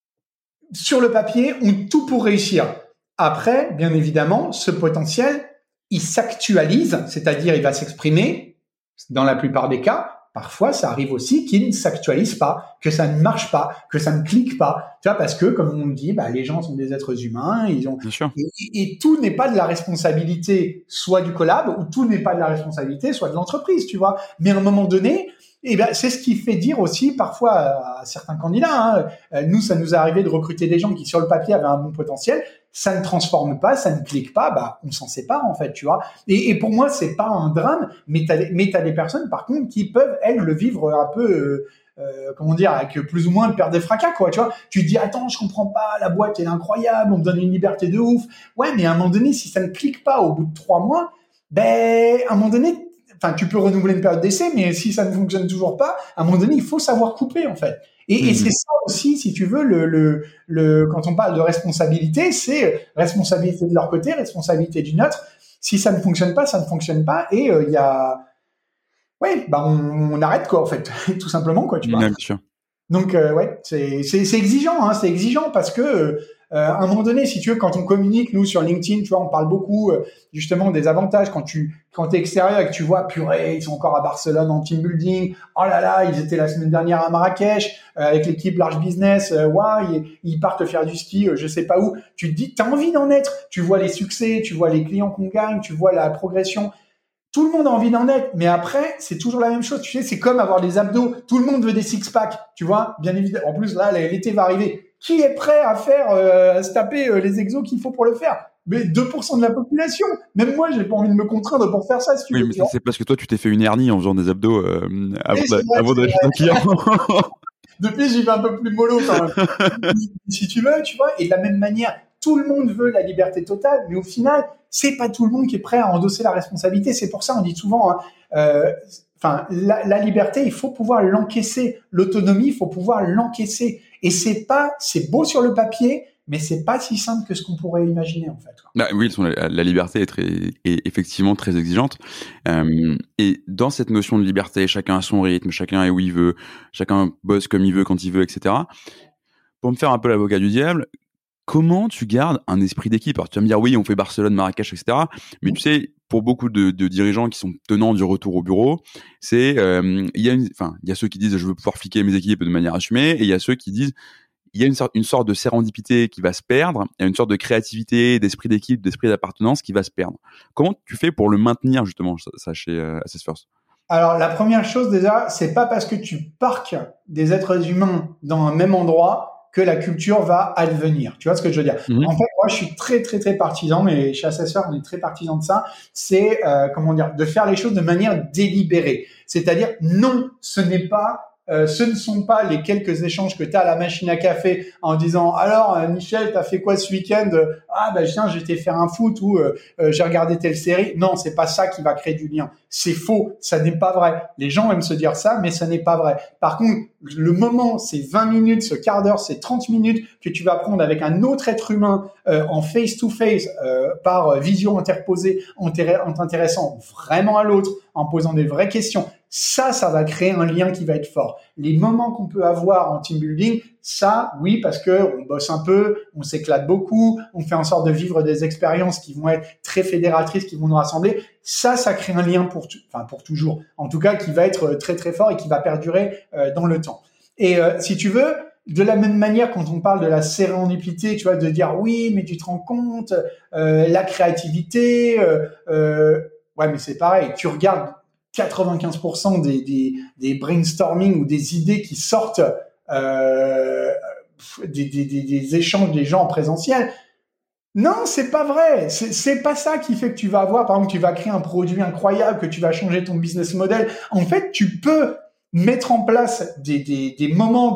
sur le papier, ont tout pour réussir. Après, bien évidemment, ce potentiel, il s'actualise, c'est-à-dire, il va s'exprimer dans la plupart des cas. Parfois, ça arrive aussi qu'il ne s'actualise pas, que ça ne marche pas, que ça ne clique pas. Tu vois, parce que, comme on le dit, les gens sont des êtres humains. Bien sûr. Et tout n'est pas de la responsabilité, soit du collab, ou tout n'est pas de la responsabilité, soit de l'entreprise, tu vois. Mais à un moment donné, c'est ce qui fait dire aussi parfois à certains candidats. Nous, ça nous est arrivé de recruter des gens qui, sur le papier, avaient un bon potentiel. Ça ne transforme pas, ça ne clique pas, on s'en sépare, en fait, tu vois. Et pour moi, c'est pas un drame, mais t'as des personnes, par contre, qui peuvent, elles, le vivre un peu, avec plus ou moins le père des fracas, quoi, tu vois. Tu te dis, attends, je comprends pas, la boîte, elle est incroyable, on me donne une liberté de ouf. Ouais, mais à un moment donné, si ça ne clique pas au bout de 3 mois, à un moment donné, tu peux renouveler une période d'essai, mais si ça ne fonctionne toujours pas, à un moment donné, il faut savoir couper, en fait. Et c'est ça aussi, si tu veux, quand on parle de responsabilité, c'est responsabilité de leur côté, responsabilité du nôtre. Si ça ne fonctionne pas, ça ne fonctionne pas. Et on arrête, quoi, en fait, tout simplement, quoi, tu vois. Bien sûr. Donc, c'est exigeant, hein, c'est exigeant parce que, à un moment donné, si tu veux, quand on communique, nous, sur LinkedIn, tu vois, on parle beaucoup, justement, des avantages quand t'es extérieur et que tu vois, purée, ils sont encore à Barcelone en team building. Oh là là, ils étaient la semaine dernière à Marrakech, avec l'équipe Large Business. Ils partent faire du ski, je sais pas où. Tu te dis, t'as envie d'en être. Tu vois les succès, tu vois les clients qu'on gagne, tu vois la progression. Tout le monde a envie d'en être, mais après, c'est toujours la même chose. Tu sais, c'est comme avoir des abdos. Tout le monde veut des six-packs, tu vois. Bien évidemment. En plus, là, l'été va arriver. Qui est prêt à à se taper les exos qu'il faut pour le faire? Mais 2% de la population. Même moi, j'ai pas envie de me contraindre pour faire ça, si tu veux. Oui, mais c'est parce que toi, tu t'es fait une hernie en faisant des abdos avant d'aller chez un client. Depuis, j'y vais un peu plus mollo, quand même. Si tu veux, tu vois. Et de la même manière, tout le monde veut la liberté totale, mais au final, c'est pas tout le monde qui est prêt à endosser la responsabilité. C'est pour ça, on dit souvent, la liberté, il faut pouvoir l'encaisser. L'autonomie, il faut pouvoir l'encaisser. Et c'est beau sur le papier, mais c'est pas si simple que ce qu'on pourrait imaginer, en fait. Oui, la liberté est effectivement très exigeante. Et dans cette notion de liberté, chacun a son rythme, chacun est où il veut, chacun bosse comme il veut, quand il veut, etc. Pour me faire un peu l'avocat du diable, comment tu gardes un esprit d'équipe? Alors tu vas me dire, oui, on fait Barcelone, Marrakech, etc. Mais tu sais, pour beaucoup de dirigeants qui sont tenants du retour au bureau, il y a ceux qui disent, je veux pouvoir fliquer mes équipes de manière assumée, et il y a ceux qui disent, il y a une sorte de sérendipité qui va se perdre, il y a une sorte de créativité, d'esprit d'équipe, d'esprit d'appartenance qui va se perdre. Comment tu fais pour le maintenir, justement, ça chez Assess First? Alors, la première chose déjà, c'est pas parce que tu parques des êtres humains dans un même endroit que la culture va advenir. Tu vois ce que je veux dire? Mhm. En fait, moi, je suis très, très, très partisan, mais chez Assesseur, on est très partisan de ça. C'est, de faire les choses de manière délibérée. C'est-à-dire, non, ce ne sont pas les quelques échanges que tu as à la machine à café en disant alors Michel, t'as fait quoi ce week-end? Ah ben tiens, j'étais faire un foot ou j'ai regardé telle série. Non, c'est pas ça qui va créer du lien. C'est faux, ça n'est pas vrai. Les gens aiment se dire ça, mais ça n'est pas vrai. Par contre, le moment, c'est 20 minutes, ce quart d'heure, c'est 30 minutes que tu vas prendre avec un autre être humain en face-to-face, par visio interposée, en t'intéressant vraiment à l'autre, en posant des vraies questions. Ça va créer un lien qui va être fort. Les moments qu'on peut avoir en team building, ça, oui, parce que on bosse un peu, on s'éclate beaucoup, on fait en sorte de vivre des expériences qui vont être très fédératrices, qui vont nous rassembler. Ça crée un lien pour toujours. En tout cas, qui va être très, très fort et qui va perdurer dans le temps. Et si tu veux, de la même manière, quand on parle de la sérendipité, tu vois, de dire oui, mais tu te rends compte, la créativité, ouais, mais c'est pareil. Tu regardes 95% des brainstorming ou des idées qui sortent des échanges des gens en présentiel. Non, c'est pas vrai. C'est pas ça qui fait que tu vas avoir, par exemple, tu vas créer un produit incroyable, que tu vas changer ton business model. En fait, tu peux mettre en place des moments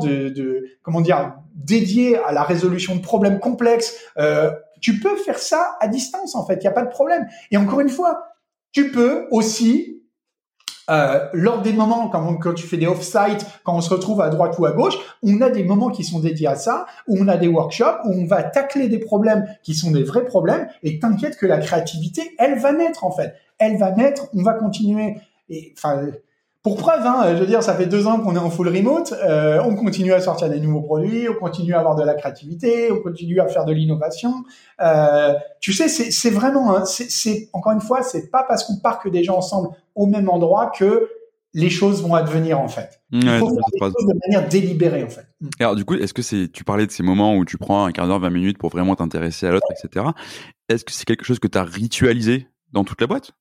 dédiés à la résolution de problèmes complexes. Tu peux faire ça à distance, en fait. Il y a pas de problème. Et encore une fois, tu peux aussi lors des moments quand tu fais des off-site, quand on se retrouve à droite ou à gauche, on a des moments qui sont dédiés à ça, où on a des workshops, où on va tacler des problèmes qui sont des vrais problèmes, et t'inquiète que la créativité, elle va naître en fait. Elle va naître, on va continuer. Et enfin, pour preuve, je veux dire, ça fait 2 ans qu'on est en full remote, on continue à sortir des nouveaux produits, on continue à avoir de la créativité, on continue à faire de l'innovation. Tu sais, c'est vraiment, c'est encore une fois, c'est pas parce qu'on parque des gens ensemble au même endroit que les choses vont advenir en fait. Il faut faire les choses de manière délibérée en fait. Alors du coup, est-ce que tu parlais de ces moments où tu prends un quart d'heure, 20 minutes pour vraiment t'intéresser à l'autre, etc. Est-ce que c'est quelque chose que tu as ritualisé dans toute la boîte?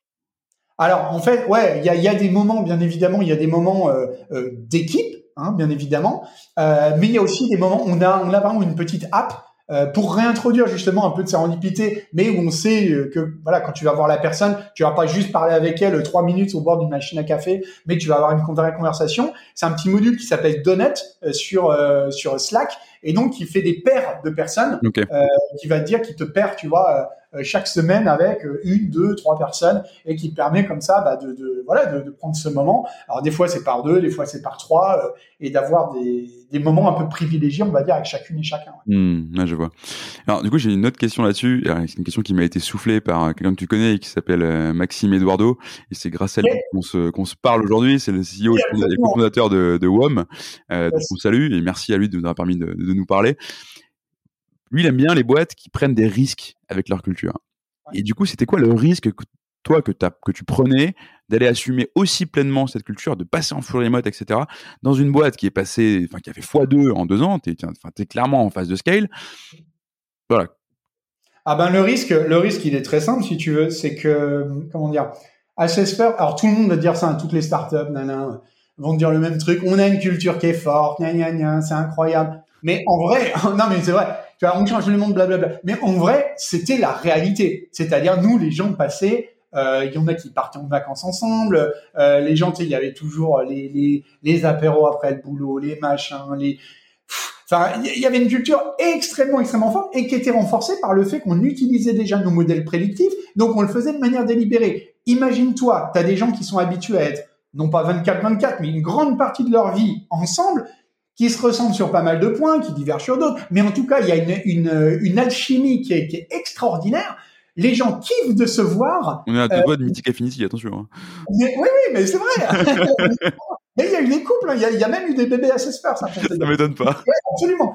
Alors en fait, ouais, il y a des moments, bien évidemment, il y a des moments d'équipe, bien évidemment, mais il y a aussi des moments, on a par exemple une petite app pour réintroduire justement un peu de sérendipité, mais où on sait que voilà, quand tu vas voir la personne, tu vas pas juste parler avec elle 3 minutes au bord d'une machine à café, mais tu vas avoir une vraie conversation. C'est un petit module qui s'appelle Donut sur Slack, et donc qui fait des paires de personnes, Okay. qui va te dire, qui te paire, tu vois, chaque semaine avec 1, 2, 3 personnes, et qui te permet comme ça de prendre ce moment. Alors des fois c'est par 2, des fois c'est par 3, et d'avoir des moments un peu privilégiés, on va dire, avec chacune et chacun. Ouais, je vois. Alors du coup, j'ai une autre question là-dessus. C'est une question qui m'a été soufflée par quelqu'un que tu connais et qui s'appelle Maxime Eduardo, et c'est grâce à lui qu'on se parle aujourd'hui. C'est le CEO et cofondateur de WOM. Donc on salue et merci à lui de nous avoir permis de nous parler. Lui, il aime bien les boîtes qui prennent des risques avec leur culture. Ouais. Et du coup, c'était quoi le risque que tu prenais d'aller assumer aussi pleinement cette culture, de passer en full remote, etc., dans une boîte qui a fait x2 en 2 ans, t'es clairement en phase de scale. Voilà. Ah ben, le risque, il est très simple, si tu veux, c'est que, Assessor, alors tout le monde va dire ça, toutes les startups, vont te dire le même truc, on a une culture qui est forte, c'est incroyable. Mais en vrai, non mais c'est vrai, tu vois, on change le monde, blablabla. Mais en vrai, c'était la réalité. C'est-à-dire, nous, les gens passaient, il y en a qui partaient en vacances ensemble, les gens, tu sais, il y avait toujours les apéros après le boulot, les machins, Enfin, il y avait une culture extrêmement forte et qui était renforcée par le fait qu'on utilisait déjà nos modèles prédictifs, donc on le faisait de manière délibérée. Imagine-toi, tu as des gens qui sont habitués à être, non pas 24/24, mais une grande partie de leur vie ensemble, qui se ressemblent sur pas mal de points, qui divergent sur d'autres, mais en tout cas, il y a une alchimie qui est extraordinaire. Les gens kiffent de se voir. On est à 2 doigts de Mythic Affinity, attention. Mais, oui, mais c'est vrai. Mais il y a eu des couples, il y a même eu des bébés Assessor. Ça m'étonne pas. Ouais, absolument.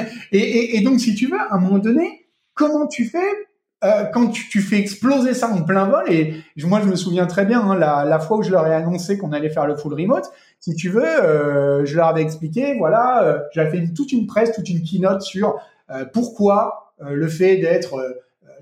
Et donc, si tu veux, à un moment donné, comment tu fais quand tu fais exploser ça en plein vol? Et moi, je me souviens très bien, la fois où je leur ai annoncé qu'on allait faire le full remote, si tu veux, je leur avais expliqué, j'avais fait toute une presse, toute une keynote sur pourquoi le fait d'être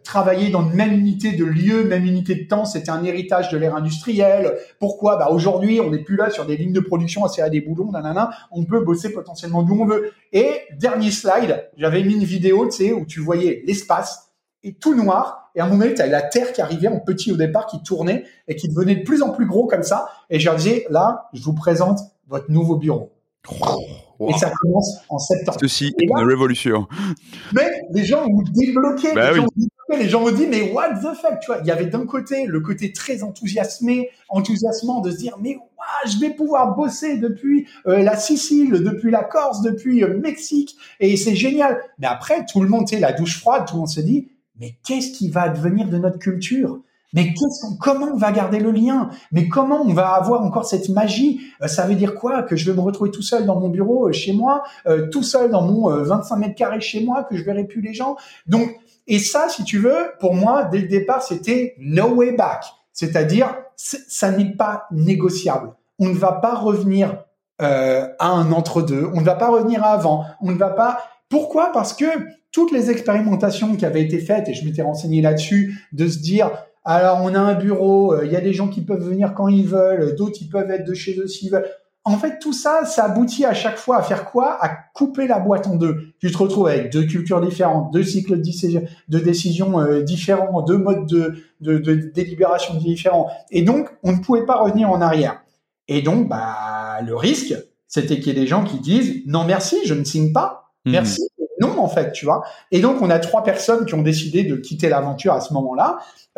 travailler dans une même unité de lieu, même unité de temps, c'était un héritage de l'ère industrielle. Pourquoi? Aujourd'hui, on n'est plus là sur des lignes de production à serrer des boulons, nanana. On peut bosser potentiellement d'où on veut. Et dernier slide, j'avais mis une vidéo, tu sais, où tu voyais l'espace et tout noir. Et à un moment donné, tu as la Terre qui arrivait en petit au départ, qui tournait et qui devenait de plus en plus gros comme ça. Et je leur disais, là, je vous présente votre nouveau bureau. Wow. Et ça commence en septembre. Ceci est une révolution. Mais les gens ont débloqué. Les gens ont dit, mais what the fuck, tu vois. Il y avait d'un côté le côté très enthousiasmant de se dire, mais je vais pouvoir bosser depuis la Sicile, depuis la Corse, depuis le Mexique, et c'est génial. Mais après, tout le monde, tu sais, la douche froide, tout le monde se dit, mais qu'est-ce qui va advenir de notre culture? Mais comment on va garder le lien? Mais comment on va avoir encore cette magie? Ça veut dire quoi? Que je vais me retrouver tout seul dans mon bureau chez moi, tout seul dans mon 25 mètres carrés chez moi, que je verrai plus les gens. Donc, et ça, si tu veux, pour moi, dès le départ, c'était no way back. C'est-à-dire, ça n'est pas négociable. On ne va pas revenir à un entre-deux. On ne va pas revenir à avant. On ne va pas. Pourquoi? Parce que toutes les expérimentations qui avaient été faites, et je m'étais renseigné là-dessus, de se dire, alors on a un bureau, il y a des gens qui peuvent venir quand ils veulent, d'autres ils peuvent être de chez eux s'ils veulent. En fait, tout ça, ça aboutit à chaque fois à faire quoi? À couper la boîte en deux. Tu te retrouves avec deux cultures différentes, deux cycles de décision différents, deux modes de délibération différents. Et donc, on ne pouvait pas revenir en arrière. Et donc, le risque, c'était qu'il y ait des gens qui disent non merci, je ne signe pas, merci. Non, en fait, tu vois. Et donc, on a 3 personnes qui ont décidé de quitter l'aventure à ce moment-là.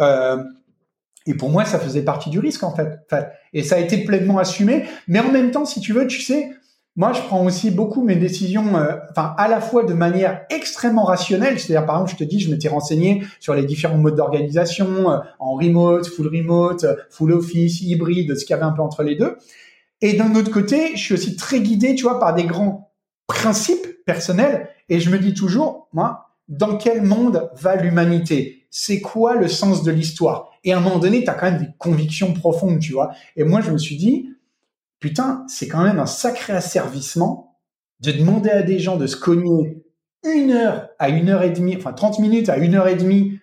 Et pour moi, ça faisait partie du risque, en fait. Et ça a été pleinement assumé. Mais en même temps, si tu veux, tu sais, moi, je prends aussi beaucoup mes décisions, à la fois de manière extrêmement rationnelle. C'est-à-dire, par exemple, je te dis, je m'étais renseigné sur les différents modes d'organisation, en remote, full office, hybride, ce qu'il y avait un peu entre les deux. Et d'un autre côté, je suis aussi très guidé, tu vois, par des grands principes personnels. Et je me dis toujours, moi, dans quel monde va l'humanité? C'est quoi le sens de l'histoire? Et à un moment donné, tu as quand même des convictions profondes, tu vois. Et moi, je me suis dit, putain, c'est quand même un sacré asservissement de demander à des gens de se cogner 1 heure à 1 heure et demie, 30 minutes à 1 heure et demie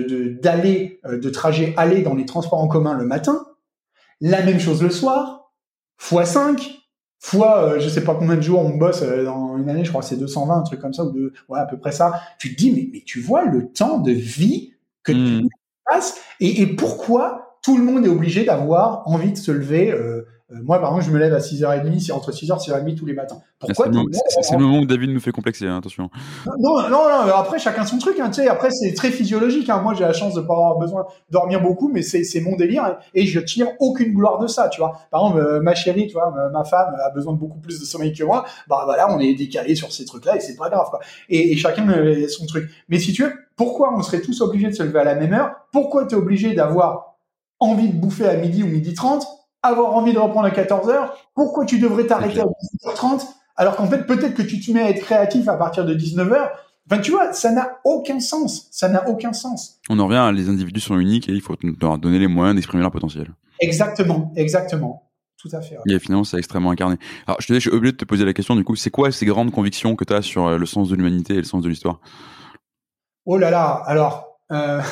de trajet aller dans les transports en commun le matin. La même chose le soir, fois 5. Je sais pas combien de jours on bosse dans une année, je crois que c'est 220, un truc comme ça, à peu près ça. Tu te dis, mais tu vois le temps de vie que tu passes et pourquoi tout le monde est obligé d'avoir envie de se lever. Moi, par exemple, je me lève à 6h30, c'est entre 6h et 6h30 tous les matins. Pourquoi? C'est le moment où David nous fait complexer, hein, attention. Non, après, chacun son truc, hein, tu sais, après, c'est très physiologique, hein. Moi, j'ai la chance de pas avoir besoin de dormir beaucoup, mais c'est mon délire, hein, et je tire aucune gloire de ça, tu vois. Par exemple, ma chérie, tu vois, ma femme a besoin de beaucoup plus de sommeil que moi, on est décalé sur ces trucs-là, et c'est pas grave, quoi. Et chacun son truc. Mais si tu veux, pourquoi on serait tous obligés de se lever à la même heure? Pourquoi t'es obligé d'avoir envie de bouffer à midi ou 12h30? Avoir envie de reprendre à 14h, pourquoi tu devrais t'arrêter à 18h30 alors qu'en fait, peut-être que tu te mets à être créatif à partir de 19h. Tu vois, ça n'a aucun sens. On en revient, les individus sont uniques et il faut leur donner les moyens d'exprimer leur potentiel. Exactement. Tout à fait. Ouais. Et finalement, c'est extrêmement incarné. Alors, je suis obligé de te poser la question, du coup, c'est quoi ces grandes convictions que tu as sur le sens de l'humanité et le sens de l'histoire? Oh là là, alors,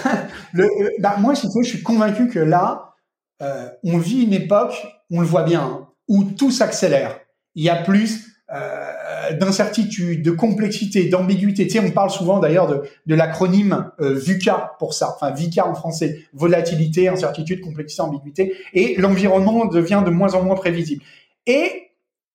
moi, je suis convaincu que là, on vit une époque, on le voit bien, hein, où tout s'accélère. Il y a plus d'incertitude, de complexité, d'ambiguïté. Tu sais, on parle souvent d'ailleurs de l'acronyme VUCA pour ça. Enfin, VUCA en français. Volatilité, incertitude, complexité, ambiguïté. Et l'environnement devient de moins en moins prévisible. Et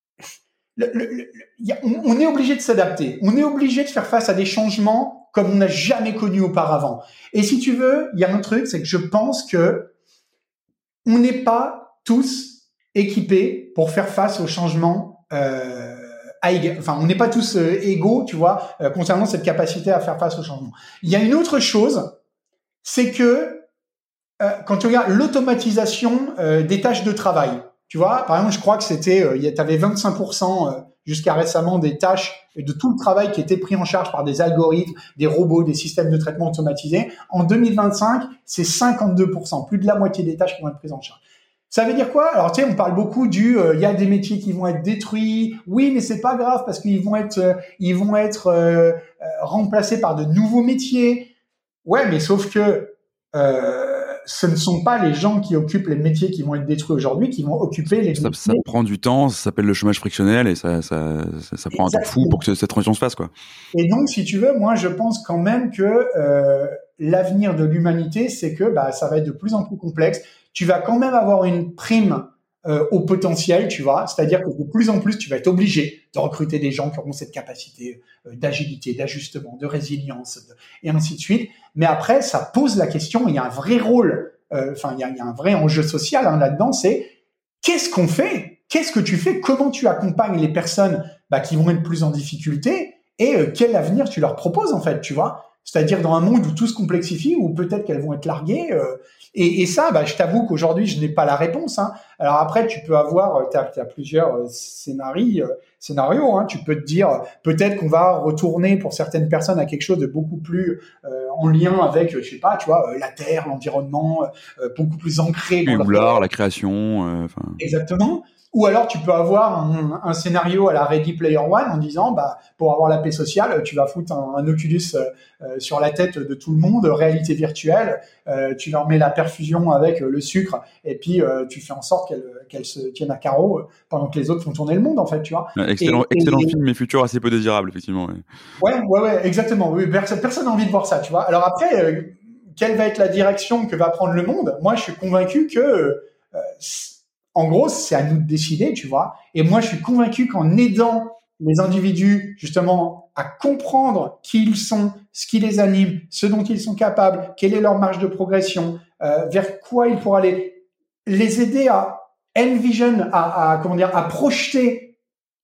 on est obligé de s'adapter. On est obligé de faire face à des changements comme on n'a jamais connu auparavant. Et si tu veux, il y a un truc, c'est que je pense que on n'est pas tous équipés pour faire face aux changements on n'est pas tous égaux, tu vois, concernant cette capacité à faire face aux changements. Il y a une autre chose, c'est que quand tu regardes l'automatisation des tâches de travail, tu vois, par exemple, je crois que tu avais 25% jusqu'à récemment des tâches et de tout le travail qui était pris en charge par des algorithmes, des robots, des systèmes de traitement automatisés. En 2025, c'est 52%, plus de la moitié des tâches qui vont être prises en charge. Ça veut dire quoi? Alors, tu sais, on parle beaucoup il y a des métiers qui vont être détruits. Oui, mais c'est pas grave parce qu'ils vont être remplacés par de nouveaux métiers. Ouais, mais sauf que ce ne sont pas les gens qui occupent les métiers qui vont être détruits aujourd'hui qui vont occuper les métiers. Ça prend du temps, ça s'appelle le chômage frictionnel et ça prend un temps fou pour que cette transition se fasse, quoi. Et donc, si tu veux, moi, je pense quand même que l'avenir de l'humanité, c'est que ça va être de plus en plus complexe. Tu vas quand même avoir une prime au potentiel, tu vois. C'est-à-dire que de plus en plus, tu vas être obligé de recruter des gens qui auront cette capacité d'agilité, d'ajustement, de résilience, et ainsi de suite. Mais après, ça pose la question, il y a un vrai rôle, il y a un vrai enjeu social là-dedans, c'est qu'est-ce qu'on fait ? Qu'est-ce que tu fais ? Comment tu accompagnes les personnes qui vont être plus en difficulté ? Et quel avenir tu leur proposes, en fait, tu vois ? C'est-à-dire dans un monde où tout se complexifie, où peut-être qu'elles vont être larguées. Et ça, je t'avoue qu'aujourd'hui, je n'ai pas la réponse. Hein. Alors après, tu peux avoir, t'as plusieurs scénarios. Hein. Tu peux te dire, peut-être qu'on va retourner pour certaines personnes à quelque chose de beaucoup plus en lien avec, je sais pas, tu vois, la terre, l'environnement, beaucoup plus ancré dans l'art, la création. Exactement. Ou alors tu peux avoir un scénario à la Ready Player One en disant pour avoir la paix sociale, tu vas foutre un Oculus sur la tête de tout le monde, réalité virtuelle, tu leur mets la perfusion avec le sucre et puis tu fais en sorte qu'elle se tienne à carreau pendant que les autres font tourner le monde, en fait, tu vois. Excellent film, mais futur assez peu désirable, effectivement. Ouais, exactement. Oui, personne n'a envie de voir ça, tu vois. Alors après, quelle va être la direction que va prendre le monde ? Moi, je suis convaincu que en gros, c'est à nous de décider, tu vois. Et moi, je suis convaincu qu'en aidant les individus, justement, à comprendre qui ils sont, ce qui les anime, ce dont ils sont capables, quelle est leur marge de progression, vers quoi ils pourraient aller, les aider à envision, à projeter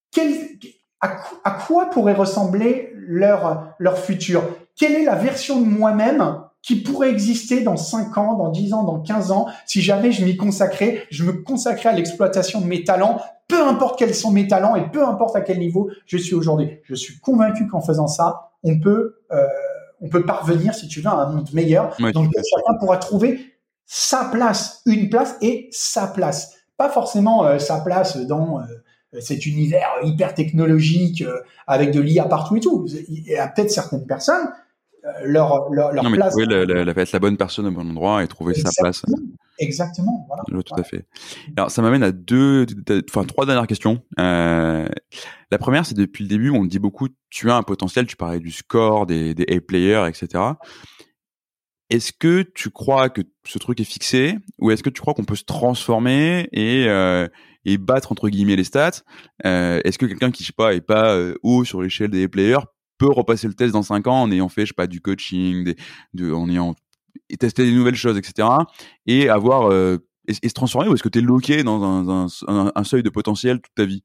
à quoi pourrait ressembler leur futur. Quelle est la version de moi-même qui pourrait exister dans 5 ans, dans 10 ans, dans 15 ans, si jamais je me consacrais à l'exploitation de mes talents, peu importe quels sont mes talents et peu importe à quel niveau je suis aujourd'hui. Je suis convaincu qu'en faisant ça, on peut parvenir, si tu veux, à un monde meilleur, dans lequel chacun pourra trouver sa place, une place et sa place. Pas forcément sa place dans cet univers hyper technologique avec de l'IA partout et tout. Il y a peut-être certaines personnes leur place. Être la bonne personne au bon endroit et trouver sa place. Exactement, voilà. Tout à fait. Alors, ça m'amène à 3 dernières questions. La première, c'est depuis le début, on le dit beaucoup, tu as un potentiel, tu parlais du score, des A-players, etc. Est-ce que tu crois que ce truc est fixé ou est-ce que tu crois qu'on peut se transformer et battre, entre guillemets, les stats? Est-ce que quelqu'un qui, je sais pas, est pas haut sur l'échelle des A-players peut repasser le test dans 5 ans en ayant fait, je sais pas, du coaching, en ayant testé des nouvelles choses, etc. et avoir et se transformer, ou est-ce que tu es loqué dans un seuil de potentiel toute ta vie?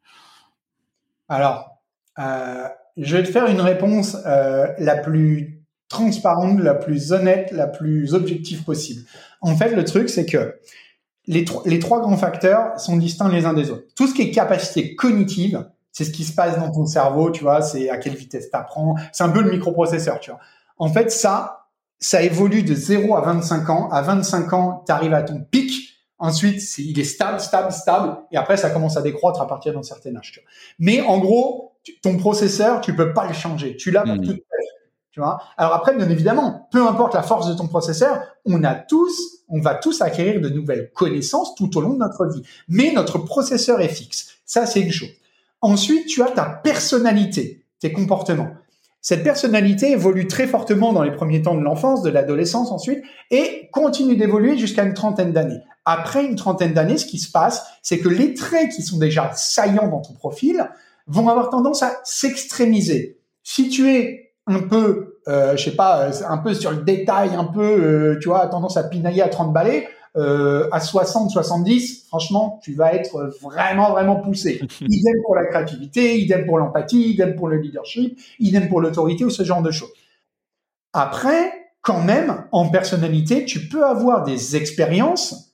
Alors, je vais te faire une réponse la plus transparente, la plus honnête, la plus objective possible. En fait, le truc, c'est que les 3 grands facteurs sont distincts les uns des autres. Tout ce qui est capacité cognitive, c'est ce qui se passe dans ton cerveau, tu vois, c'est à quelle vitesse t'apprends, c'est un peu le microprocesseur, tu vois. En fait, ça évolue de 0 à 25 ans. À 25 ans, tu arrives à ton pic. Ensuite, il est stable. Et après, ça commence à décroître à partir d'un certain âge, tu vois. Mais en gros, ton processeur, tu peux pas le changer. Tu l'as pour toute ta vie, tu vois. Alors après, bien évidemment, peu importe la force de ton processeur, on va tous acquérir de nouvelles connaissances tout au long de notre vie. Mais notre processeur est fixe. Ça, c'est une chose. Ensuite, tu as ta personnalité, tes comportements. Cette personnalité évolue très fortement dans les premiers temps de l'enfance, de l'adolescence ensuite, et continue d'évoluer jusqu'à une trentaine d'années. Après une trentaine d'années, ce qui se passe, c'est que les traits qui sont déjà saillants dans ton profil vont avoir tendance à s'extrémiser. Si tu es un peu, un peu sur le détail, un peu, tu vois, tendance à pinailler à 30 balais, à 60, 70, franchement, tu vas être vraiment, vraiment poussé. Idem pour la créativité, idem pour l'empathie, idem pour le leadership, idem pour l'autorité ou ce genre de choses. Après, quand même, en personnalité, tu peux avoir des expériences,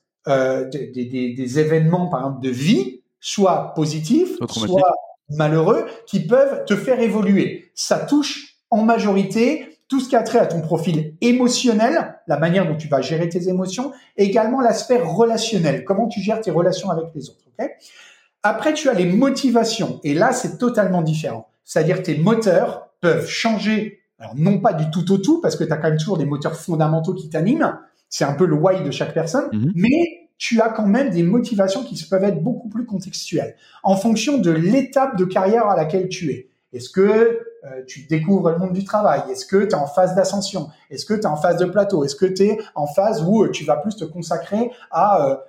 des événements, par exemple, de vie, soit positifs, soit malheureux, qui peuvent te faire évoluer. Ça touche en majorité tout ce qui a trait à ton profil émotionnel, la manière dont tu vas gérer tes émotions, et également l'aspect relationnel, comment tu gères tes relations avec les autres. Okay ? Après, tu as les motivations, et là, c'est totalement différent. C'est-à-dire tes moteurs peuvent changer Alors, non pas du tout au tout, parce que tu as quand même toujours des moteurs fondamentaux qui t'animent. C'est un peu le why de chaque personne. Mais tu as quand même des motivations qui peuvent être beaucoup plus contextuelles en fonction de l'étape de carrière à laquelle tu es. Est-ce que tu découvres le monde du travail? Est-ce que tu es en phase d'ascension? Est-ce que tu es en phase de plateau? Est-ce que tu es en phase où tu vas plus te consacrer à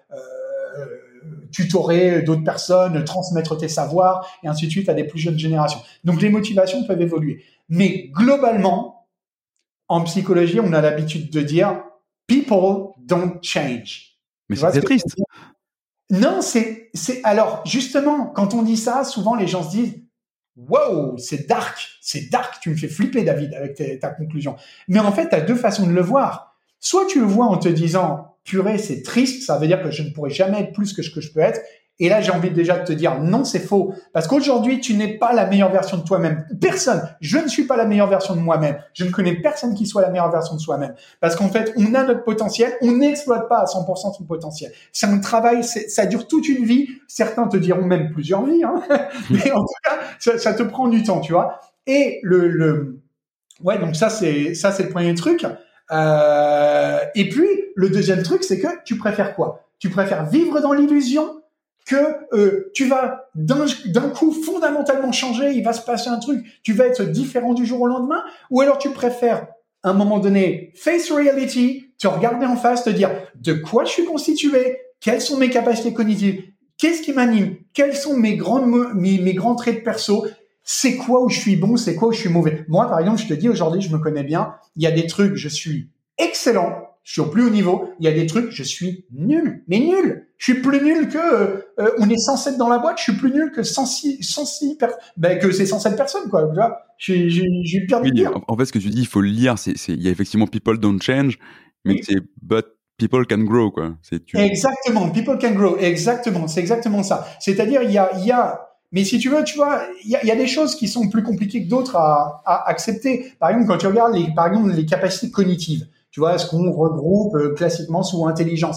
tutorer d'autres personnes, transmettre tes savoirs, et ainsi de suite à des plus jeunes générations? Donc, les motivations peuvent évoluer. Mais globalement, en psychologie, on a l'habitude de dire « people don't change ». Mais c'est triste. Non, alors, justement, quand on dit ça, souvent les gens se disent « wow, c'est dark, tu me fais flipper, David, avec ta conclusion ». Mais en fait, tu as deux façons de le voir. Soit tu le vois en te disant « purée, c'est triste, ça veut dire que je ne pourrai jamais être plus que ce que je peux être ». Et là, j'ai envie déjà de te dire non, c'est faux. Parce qu'aujourd'hui, tu n'es pas la meilleure version de toi-même. Personne. Je ne suis pas la meilleure version de moi-même. Je ne connais personne qui soit la meilleure version de soi-même. Parce qu'en fait, on a notre potentiel. On n'exploite pas à 100% son potentiel. C'est un travail, ça dure toute une vie. Certains te diront même plusieurs vies, hein. Mais en tout cas, ça te prend du temps, tu vois. Et ouais, donc ça, c'est le premier truc. Et puis, le deuxième truc, c'est que tu préfères quoi? Tu préfères vivre dans l'illusion que tu vas d'un coup fondamentalement changer, il va se passer un truc, tu vas être différent du jour au lendemain, ou alors tu préfères à un moment donné face reality, te regarder en face, te dire de quoi je suis constitué, quelles sont mes capacités cognitives, qu'est-ce qui m'anime, quels sont mes grands traits de perso, c'est quoi où je suis bon, c'est quoi où je suis mauvais. Moi, par exemple, je te dis aujourd'hui, je me connais bien, il y a des trucs, je suis excellent, je suis au plus haut niveau. Il y a des trucs, je suis nul, mais nul. Je suis plus nul que on est 107 dans la boîte. Je suis plus nul que 106 que c'est 107 personnes, quoi. Tu vois, j'ai pire de dire. En fait, ce que tu dis, il faut le lire. Il y a effectivement people don't change, mais c'est but people can grow, quoi. Exactement, people can grow. Exactement, c'est exactement ça. C'est-à-dire, il y a mais si tu veux, tu vois, il y a des choses qui sont plus compliquées que d'autres à accepter. Par exemple, quand tu regardes les capacités cognitives. Tu vois, ce qu'on regroupe classiquement sous intelligence.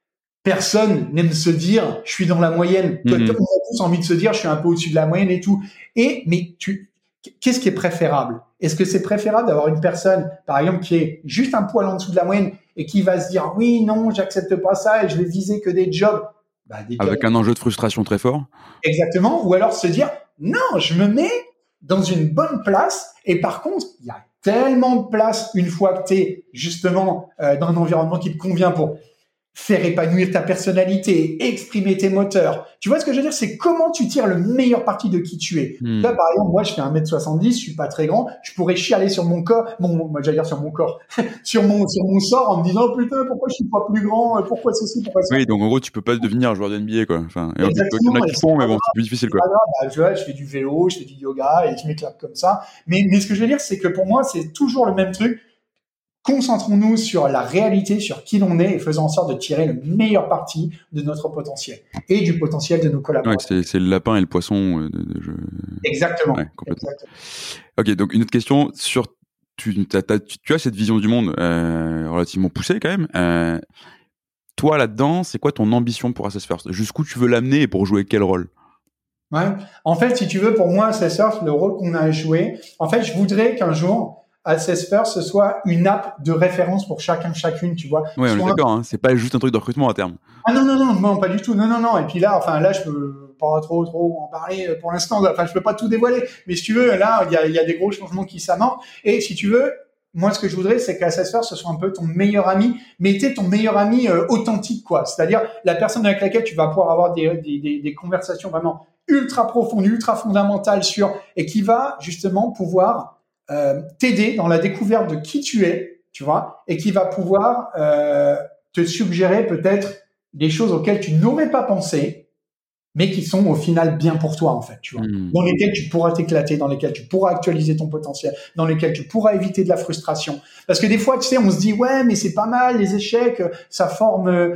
Personne n'aime se dire « je suis dans la moyenne ». On a tous envie de se dire « je suis un peu au-dessus de la moyenne » et tout. Mais qu'est-ce qui est préférable? Est-ce que c'est préférable d'avoir une personne, par exemple, qui est juste un poil en dessous de la moyenne et qui va se dire « oui, non, j'accepte pas ça et je vais viser que des jobs ». Avec un enjeu de frustration très fort. Exactement. Ou alors se dire « non, je me mets dans une bonne place et par contre, il y a tellement de place une fois que tu es justement dans un environnement qui te convient pour faire épanouir ta personnalité, exprimer tes moteurs. Tu vois ce que je veux dire? C'est comment tu tires le meilleur parti de qui tu es. Là, par exemple, moi, je fais 1m70, je suis pas très grand, je pourrais chialer sur mon corps, sur mon corps, sur mon sort en me disant, putain, pourquoi je suis pas plus grand, pourquoi ceci, pourquoi ça? Oui, donc en gros, tu peux pas devenir joueur de NBA, quoi. Enfin, et il y en a qui font, mais bon, c'est plus difficile, quoi. Tu vois, je fais du vélo, je fais du yoga et je m'éclate comme ça. Mais ce que je veux dire, c'est que pour moi, c'est toujours le même truc. Concentrons-nous sur la réalité, sur qui l'on est et faisons en sorte de tirer le meilleur parti de notre potentiel et du potentiel de nos collaborateurs. Ouais, c'est le lapin et le poisson. Exactement. Ouais, complètement. Ok, donc une autre question sur tu as cette vision du monde relativement poussée quand même. Toi là-dedans, c'est quoi ton ambition pour Assess First? Jusqu'où tu veux l'amener et pour jouer quel rôle? Ouais. En fait, si tu veux, pour moi, Assess First, le rôle qu'on a à jouer, en fait, je voudrais qu'un jour Assess First, ce soit une app de référence pour chacune, tu vois. Ouais, on est d'accord, hein, c'est pas juste un truc de recrutement à terme. Ah non, pas du tout. Non. Et puis là, je peux pas trop en parler pour l'instant. Enfin, je peux pas tout dévoiler. Mais si tu veux, là, il y a des gros changements qui s'amorcent. Et si tu veux, moi, ce que je voudrais, c'est qu'Assess First, ce soit un peu ton meilleur ami, mais t'es ton meilleur ami authentique, quoi. C'est-à-dire la personne avec laquelle tu vas pouvoir avoir des conversations vraiment ultra profondes, ultra fondamentales et qui va justement pouvoir t'aider dans la découverte de qui tu es, tu vois, et qui va pouvoir te suggérer peut-être des choses auxquelles tu n'aurais pas pensé, mais qui sont au final bien pour toi, en fait, tu vois, dans lesquelles tu pourras t'éclater, dans lesquelles tu pourras actualiser ton potentiel, dans lesquelles tu pourras éviter de la frustration. Parce que des fois, tu sais, on se dit, ouais, mais c'est pas mal, les échecs, ça forme,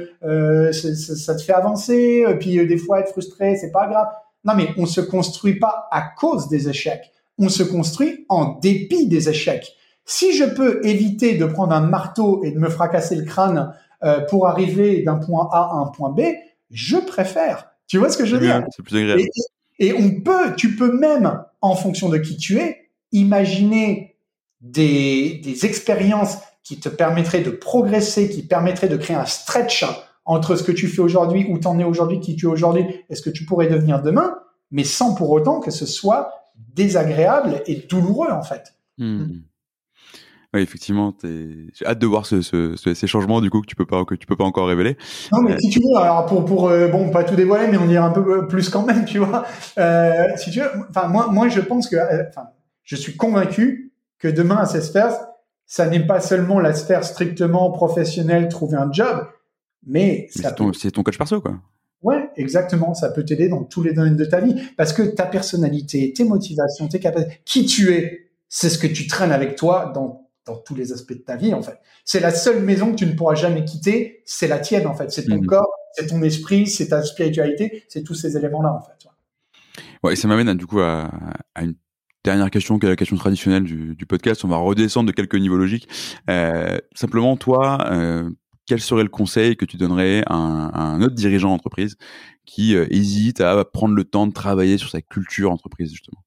ça te fait avancer, puis des fois, être frustré, c'est pas grave. Non, mais on se construit pas à cause des échecs. On se construit en dépit des échecs. Si je peux éviter de prendre un marteau et de me fracasser le crâne pour arriver d'un point A à un point B, je préfère. Tu vois ce que je veux dire? C'est plus agréable. Et tu peux même, en fonction de qui tu es, imaginer des expériences qui te permettraient de progresser, qui permettraient de créer un stretch entre ce que tu fais aujourd'hui, où tu en es aujourd'hui, qui tu es aujourd'hui, et ce que tu pourrais devenir demain, mais sans pour autant que ce soit désagréable et douloureux, en fait. Oui, effectivement, j'ai hâte de voir ces changements du coup que tu peux pas encore révéler. Non, mais si tu veux, alors pour bon, pas tout dévoiler, mais on dirait un peu plus quand même, tu vois. Si tu veux, enfin moi je pense que, je suis convaincu que demain à cette sphère, ça n'est pas seulement la sphère strictement professionnelle, trouver un job, mais c'est ton coach perso, quoi. Ouais, exactement. Ça peut t'aider dans tous les domaines de ta vie, parce que ta personnalité, tes motivations, tes capacités, qui tu es, c'est ce que tu traînes avec toi dans tous les aspects de ta vie, en fait. C'est la seule maison que tu ne pourras jamais quitter, c'est la tienne, en fait. C'est ton corps, c'est ton esprit, c'est ta spiritualité, c'est tous ces éléments-là, en fait. Ouais, et ça m'amène du coup à une dernière question, qui est la question traditionnelle du podcast. On va redescendre de quelques niveaux logiques. Simplement, toi, quel serait le conseil que tu donnerais à un autre dirigeant d'entreprise qui hésite à prendre le temps de travailler sur sa culture entreprise, justement?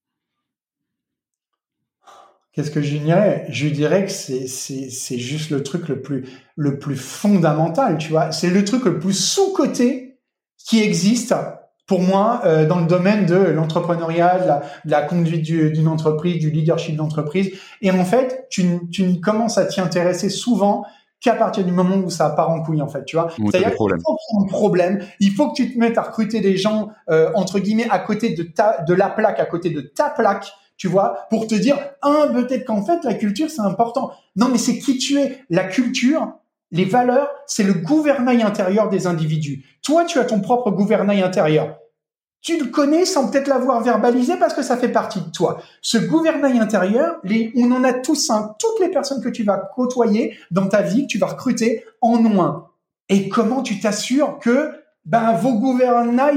Qu'est-ce que je dirais? Je dirais que c'est juste le truc le plus fondamental, tu vois. C'est le truc le plus sous-coté qui existe pour moi dans le domaine de l'entrepreneuriat, de la conduite d'une entreprise, du leadership d'entreprise. Et en fait, tu ne commences à t'y intéresser souvent qu'à partir du moment où ça part en couille, en fait, tu vois. C'est-à-dire qu'il faut qu'il y ait un problème. Il faut que tu te mettes à recruter des gens, entre guillemets, à côté de la plaque, à côté de ta plaque, tu vois, pour te dire, peut-être qu'en fait, la culture, c'est important. Non, mais c'est qui tu es. La culture, les valeurs, c'est le gouvernail intérieur des individus. Toi, tu as ton propre gouvernail intérieur. Tu le connais sans peut-être l'avoir verbalisé parce que ça fait partie de toi. Ce gouvernail intérieur, on en a tous un. Toutes les personnes que tu vas côtoyer dans ta vie, que tu vas recruter, en ont un. Et comment tu t'assures que vos gouvernails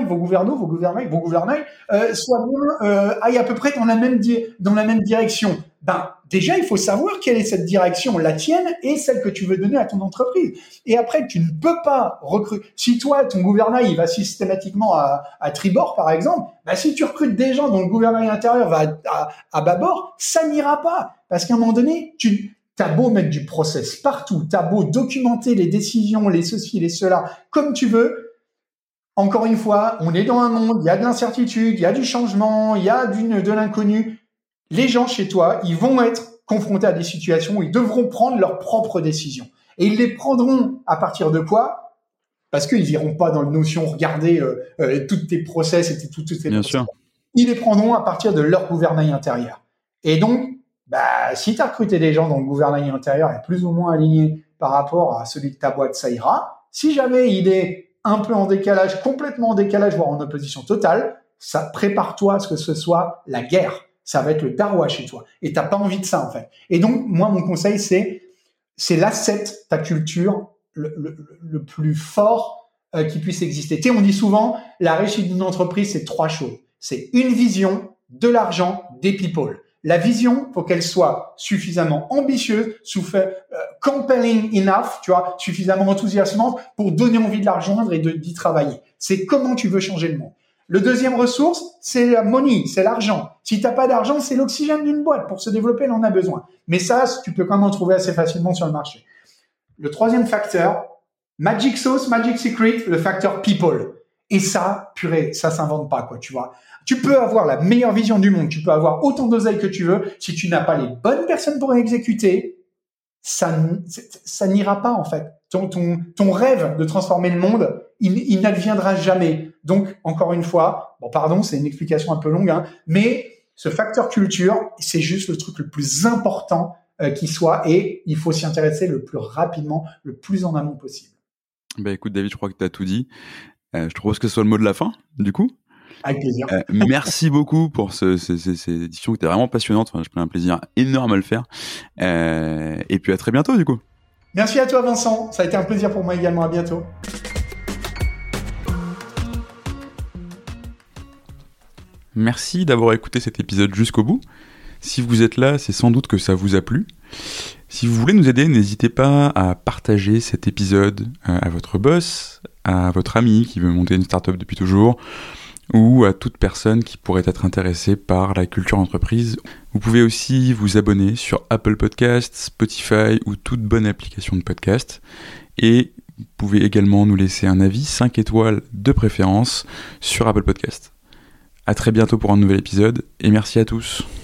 soient bien, aillent à peu près dans la même direction. Déjà, il faut savoir quelle est cette direction, la tienne et celle que tu veux donner à ton entreprise. Et après, tu ne peux pas recruter. Si toi, ton gouvernail, il va systématiquement à tribord, par exemple, si tu recrutes des gens dont le gouvernail intérieur va à bâbord, ça n'ira pas. Parce qu'à un moment donné, t'as beau mettre du process partout, t'as beau documenter les décisions, les ceci, les cela, comme tu veux. Encore une fois, on est dans un monde, il y a de l'incertitude, il y a du changement, il y a de l'inconnu. Les gens chez toi, ils vont être confrontés à des situations où ils devront prendre leurs propres décisions. Et ils les prendront à partir de quoi? Parce qu'ils iront pas dans la notion regarder toutes tes process et toutes tes Bien process. sûr. Ils les prendront à partir de leur gouvernail intérieur. Et donc, si tu as recruté des gens dont le gouvernail intérieur est plus ou moins aligné par rapport à celui de ta boîte, ça ira. Si jamais il est un peu en décalage, complètement en décalage, voire en opposition totale, ça prépare-toi à ce que ce soit la guerre. Ça va être le dawa chez toi. Et t'as pas envie de ça, en fait. Et donc, moi, mon conseil, c'est l'asset, ta culture, le plus fort qui puisse exister. Tu sais, on dit souvent, la réussite d'une entreprise, c'est 3 choses. C'est une vision, de l'argent, des people. La vision, faut qu'elle soit suffisamment ambitieuse, compelling enough, tu vois, suffisamment enthousiasmante pour donner envie de la rejoindre et d'y travailler. C'est comment tu veux changer le monde. Le deuxième ressource, c'est la money, c'est l'argent. Si t'as pas d'argent, c'est l'oxygène d'une boîte. Pour se développer, elle en a besoin. Mais ça, tu peux quand même en trouver assez facilement sur le marché. Le troisième facteur, magic sauce, magic secret, le facteur people. Et ça, purée, ça s'invente pas, quoi, tu vois. Tu peux avoir la meilleure vision du monde, tu peux avoir autant d'oseille que tu veux. Si tu n'as pas les bonnes personnes pour exécuter, ça n'ira pas, en fait. Ton rêve de transformer le monde, il n'adviendra jamais. Donc, encore une fois, c'est une explication un peu longue, hein, mais ce facteur culture, c'est juste le truc le plus important qui soit, et il faut s'y intéresser le plus rapidement, le plus en amont possible. Écoute, David, je crois que tu as tout dit. Je te propose que ce soit le mot de la fin, du coup. Avec plaisir. Merci beaucoup pour ces éditions qui étaient vraiment passionnantes. J'ai pris un plaisir énorme à le faire. Et puis à très bientôt, du coup. Merci à toi, Vincent. Ça a été un plaisir pour moi également. À bientôt. Merci d'avoir écouté cet épisode jusqu'au bout. Si vous êtes là, c'est sans doute que ça vous a plu. Si vous voulez nous aider, n'hésitez pas à partager cet épisode à votre boss, à votre ami qui veut monter une startup depuis toujours, ou à toute personne qui pourrait être intéressée par la culture entreprise. Vous pouvez aussi vous abonner sur Apple Podcasts, Spotify ou toute bonne application de podcast. Et vous pouvez également nous laisser un avis 5 étoiles de préférence sur Apple Podcasts. À très bientôt pour un nouvel épisode et merci à tous.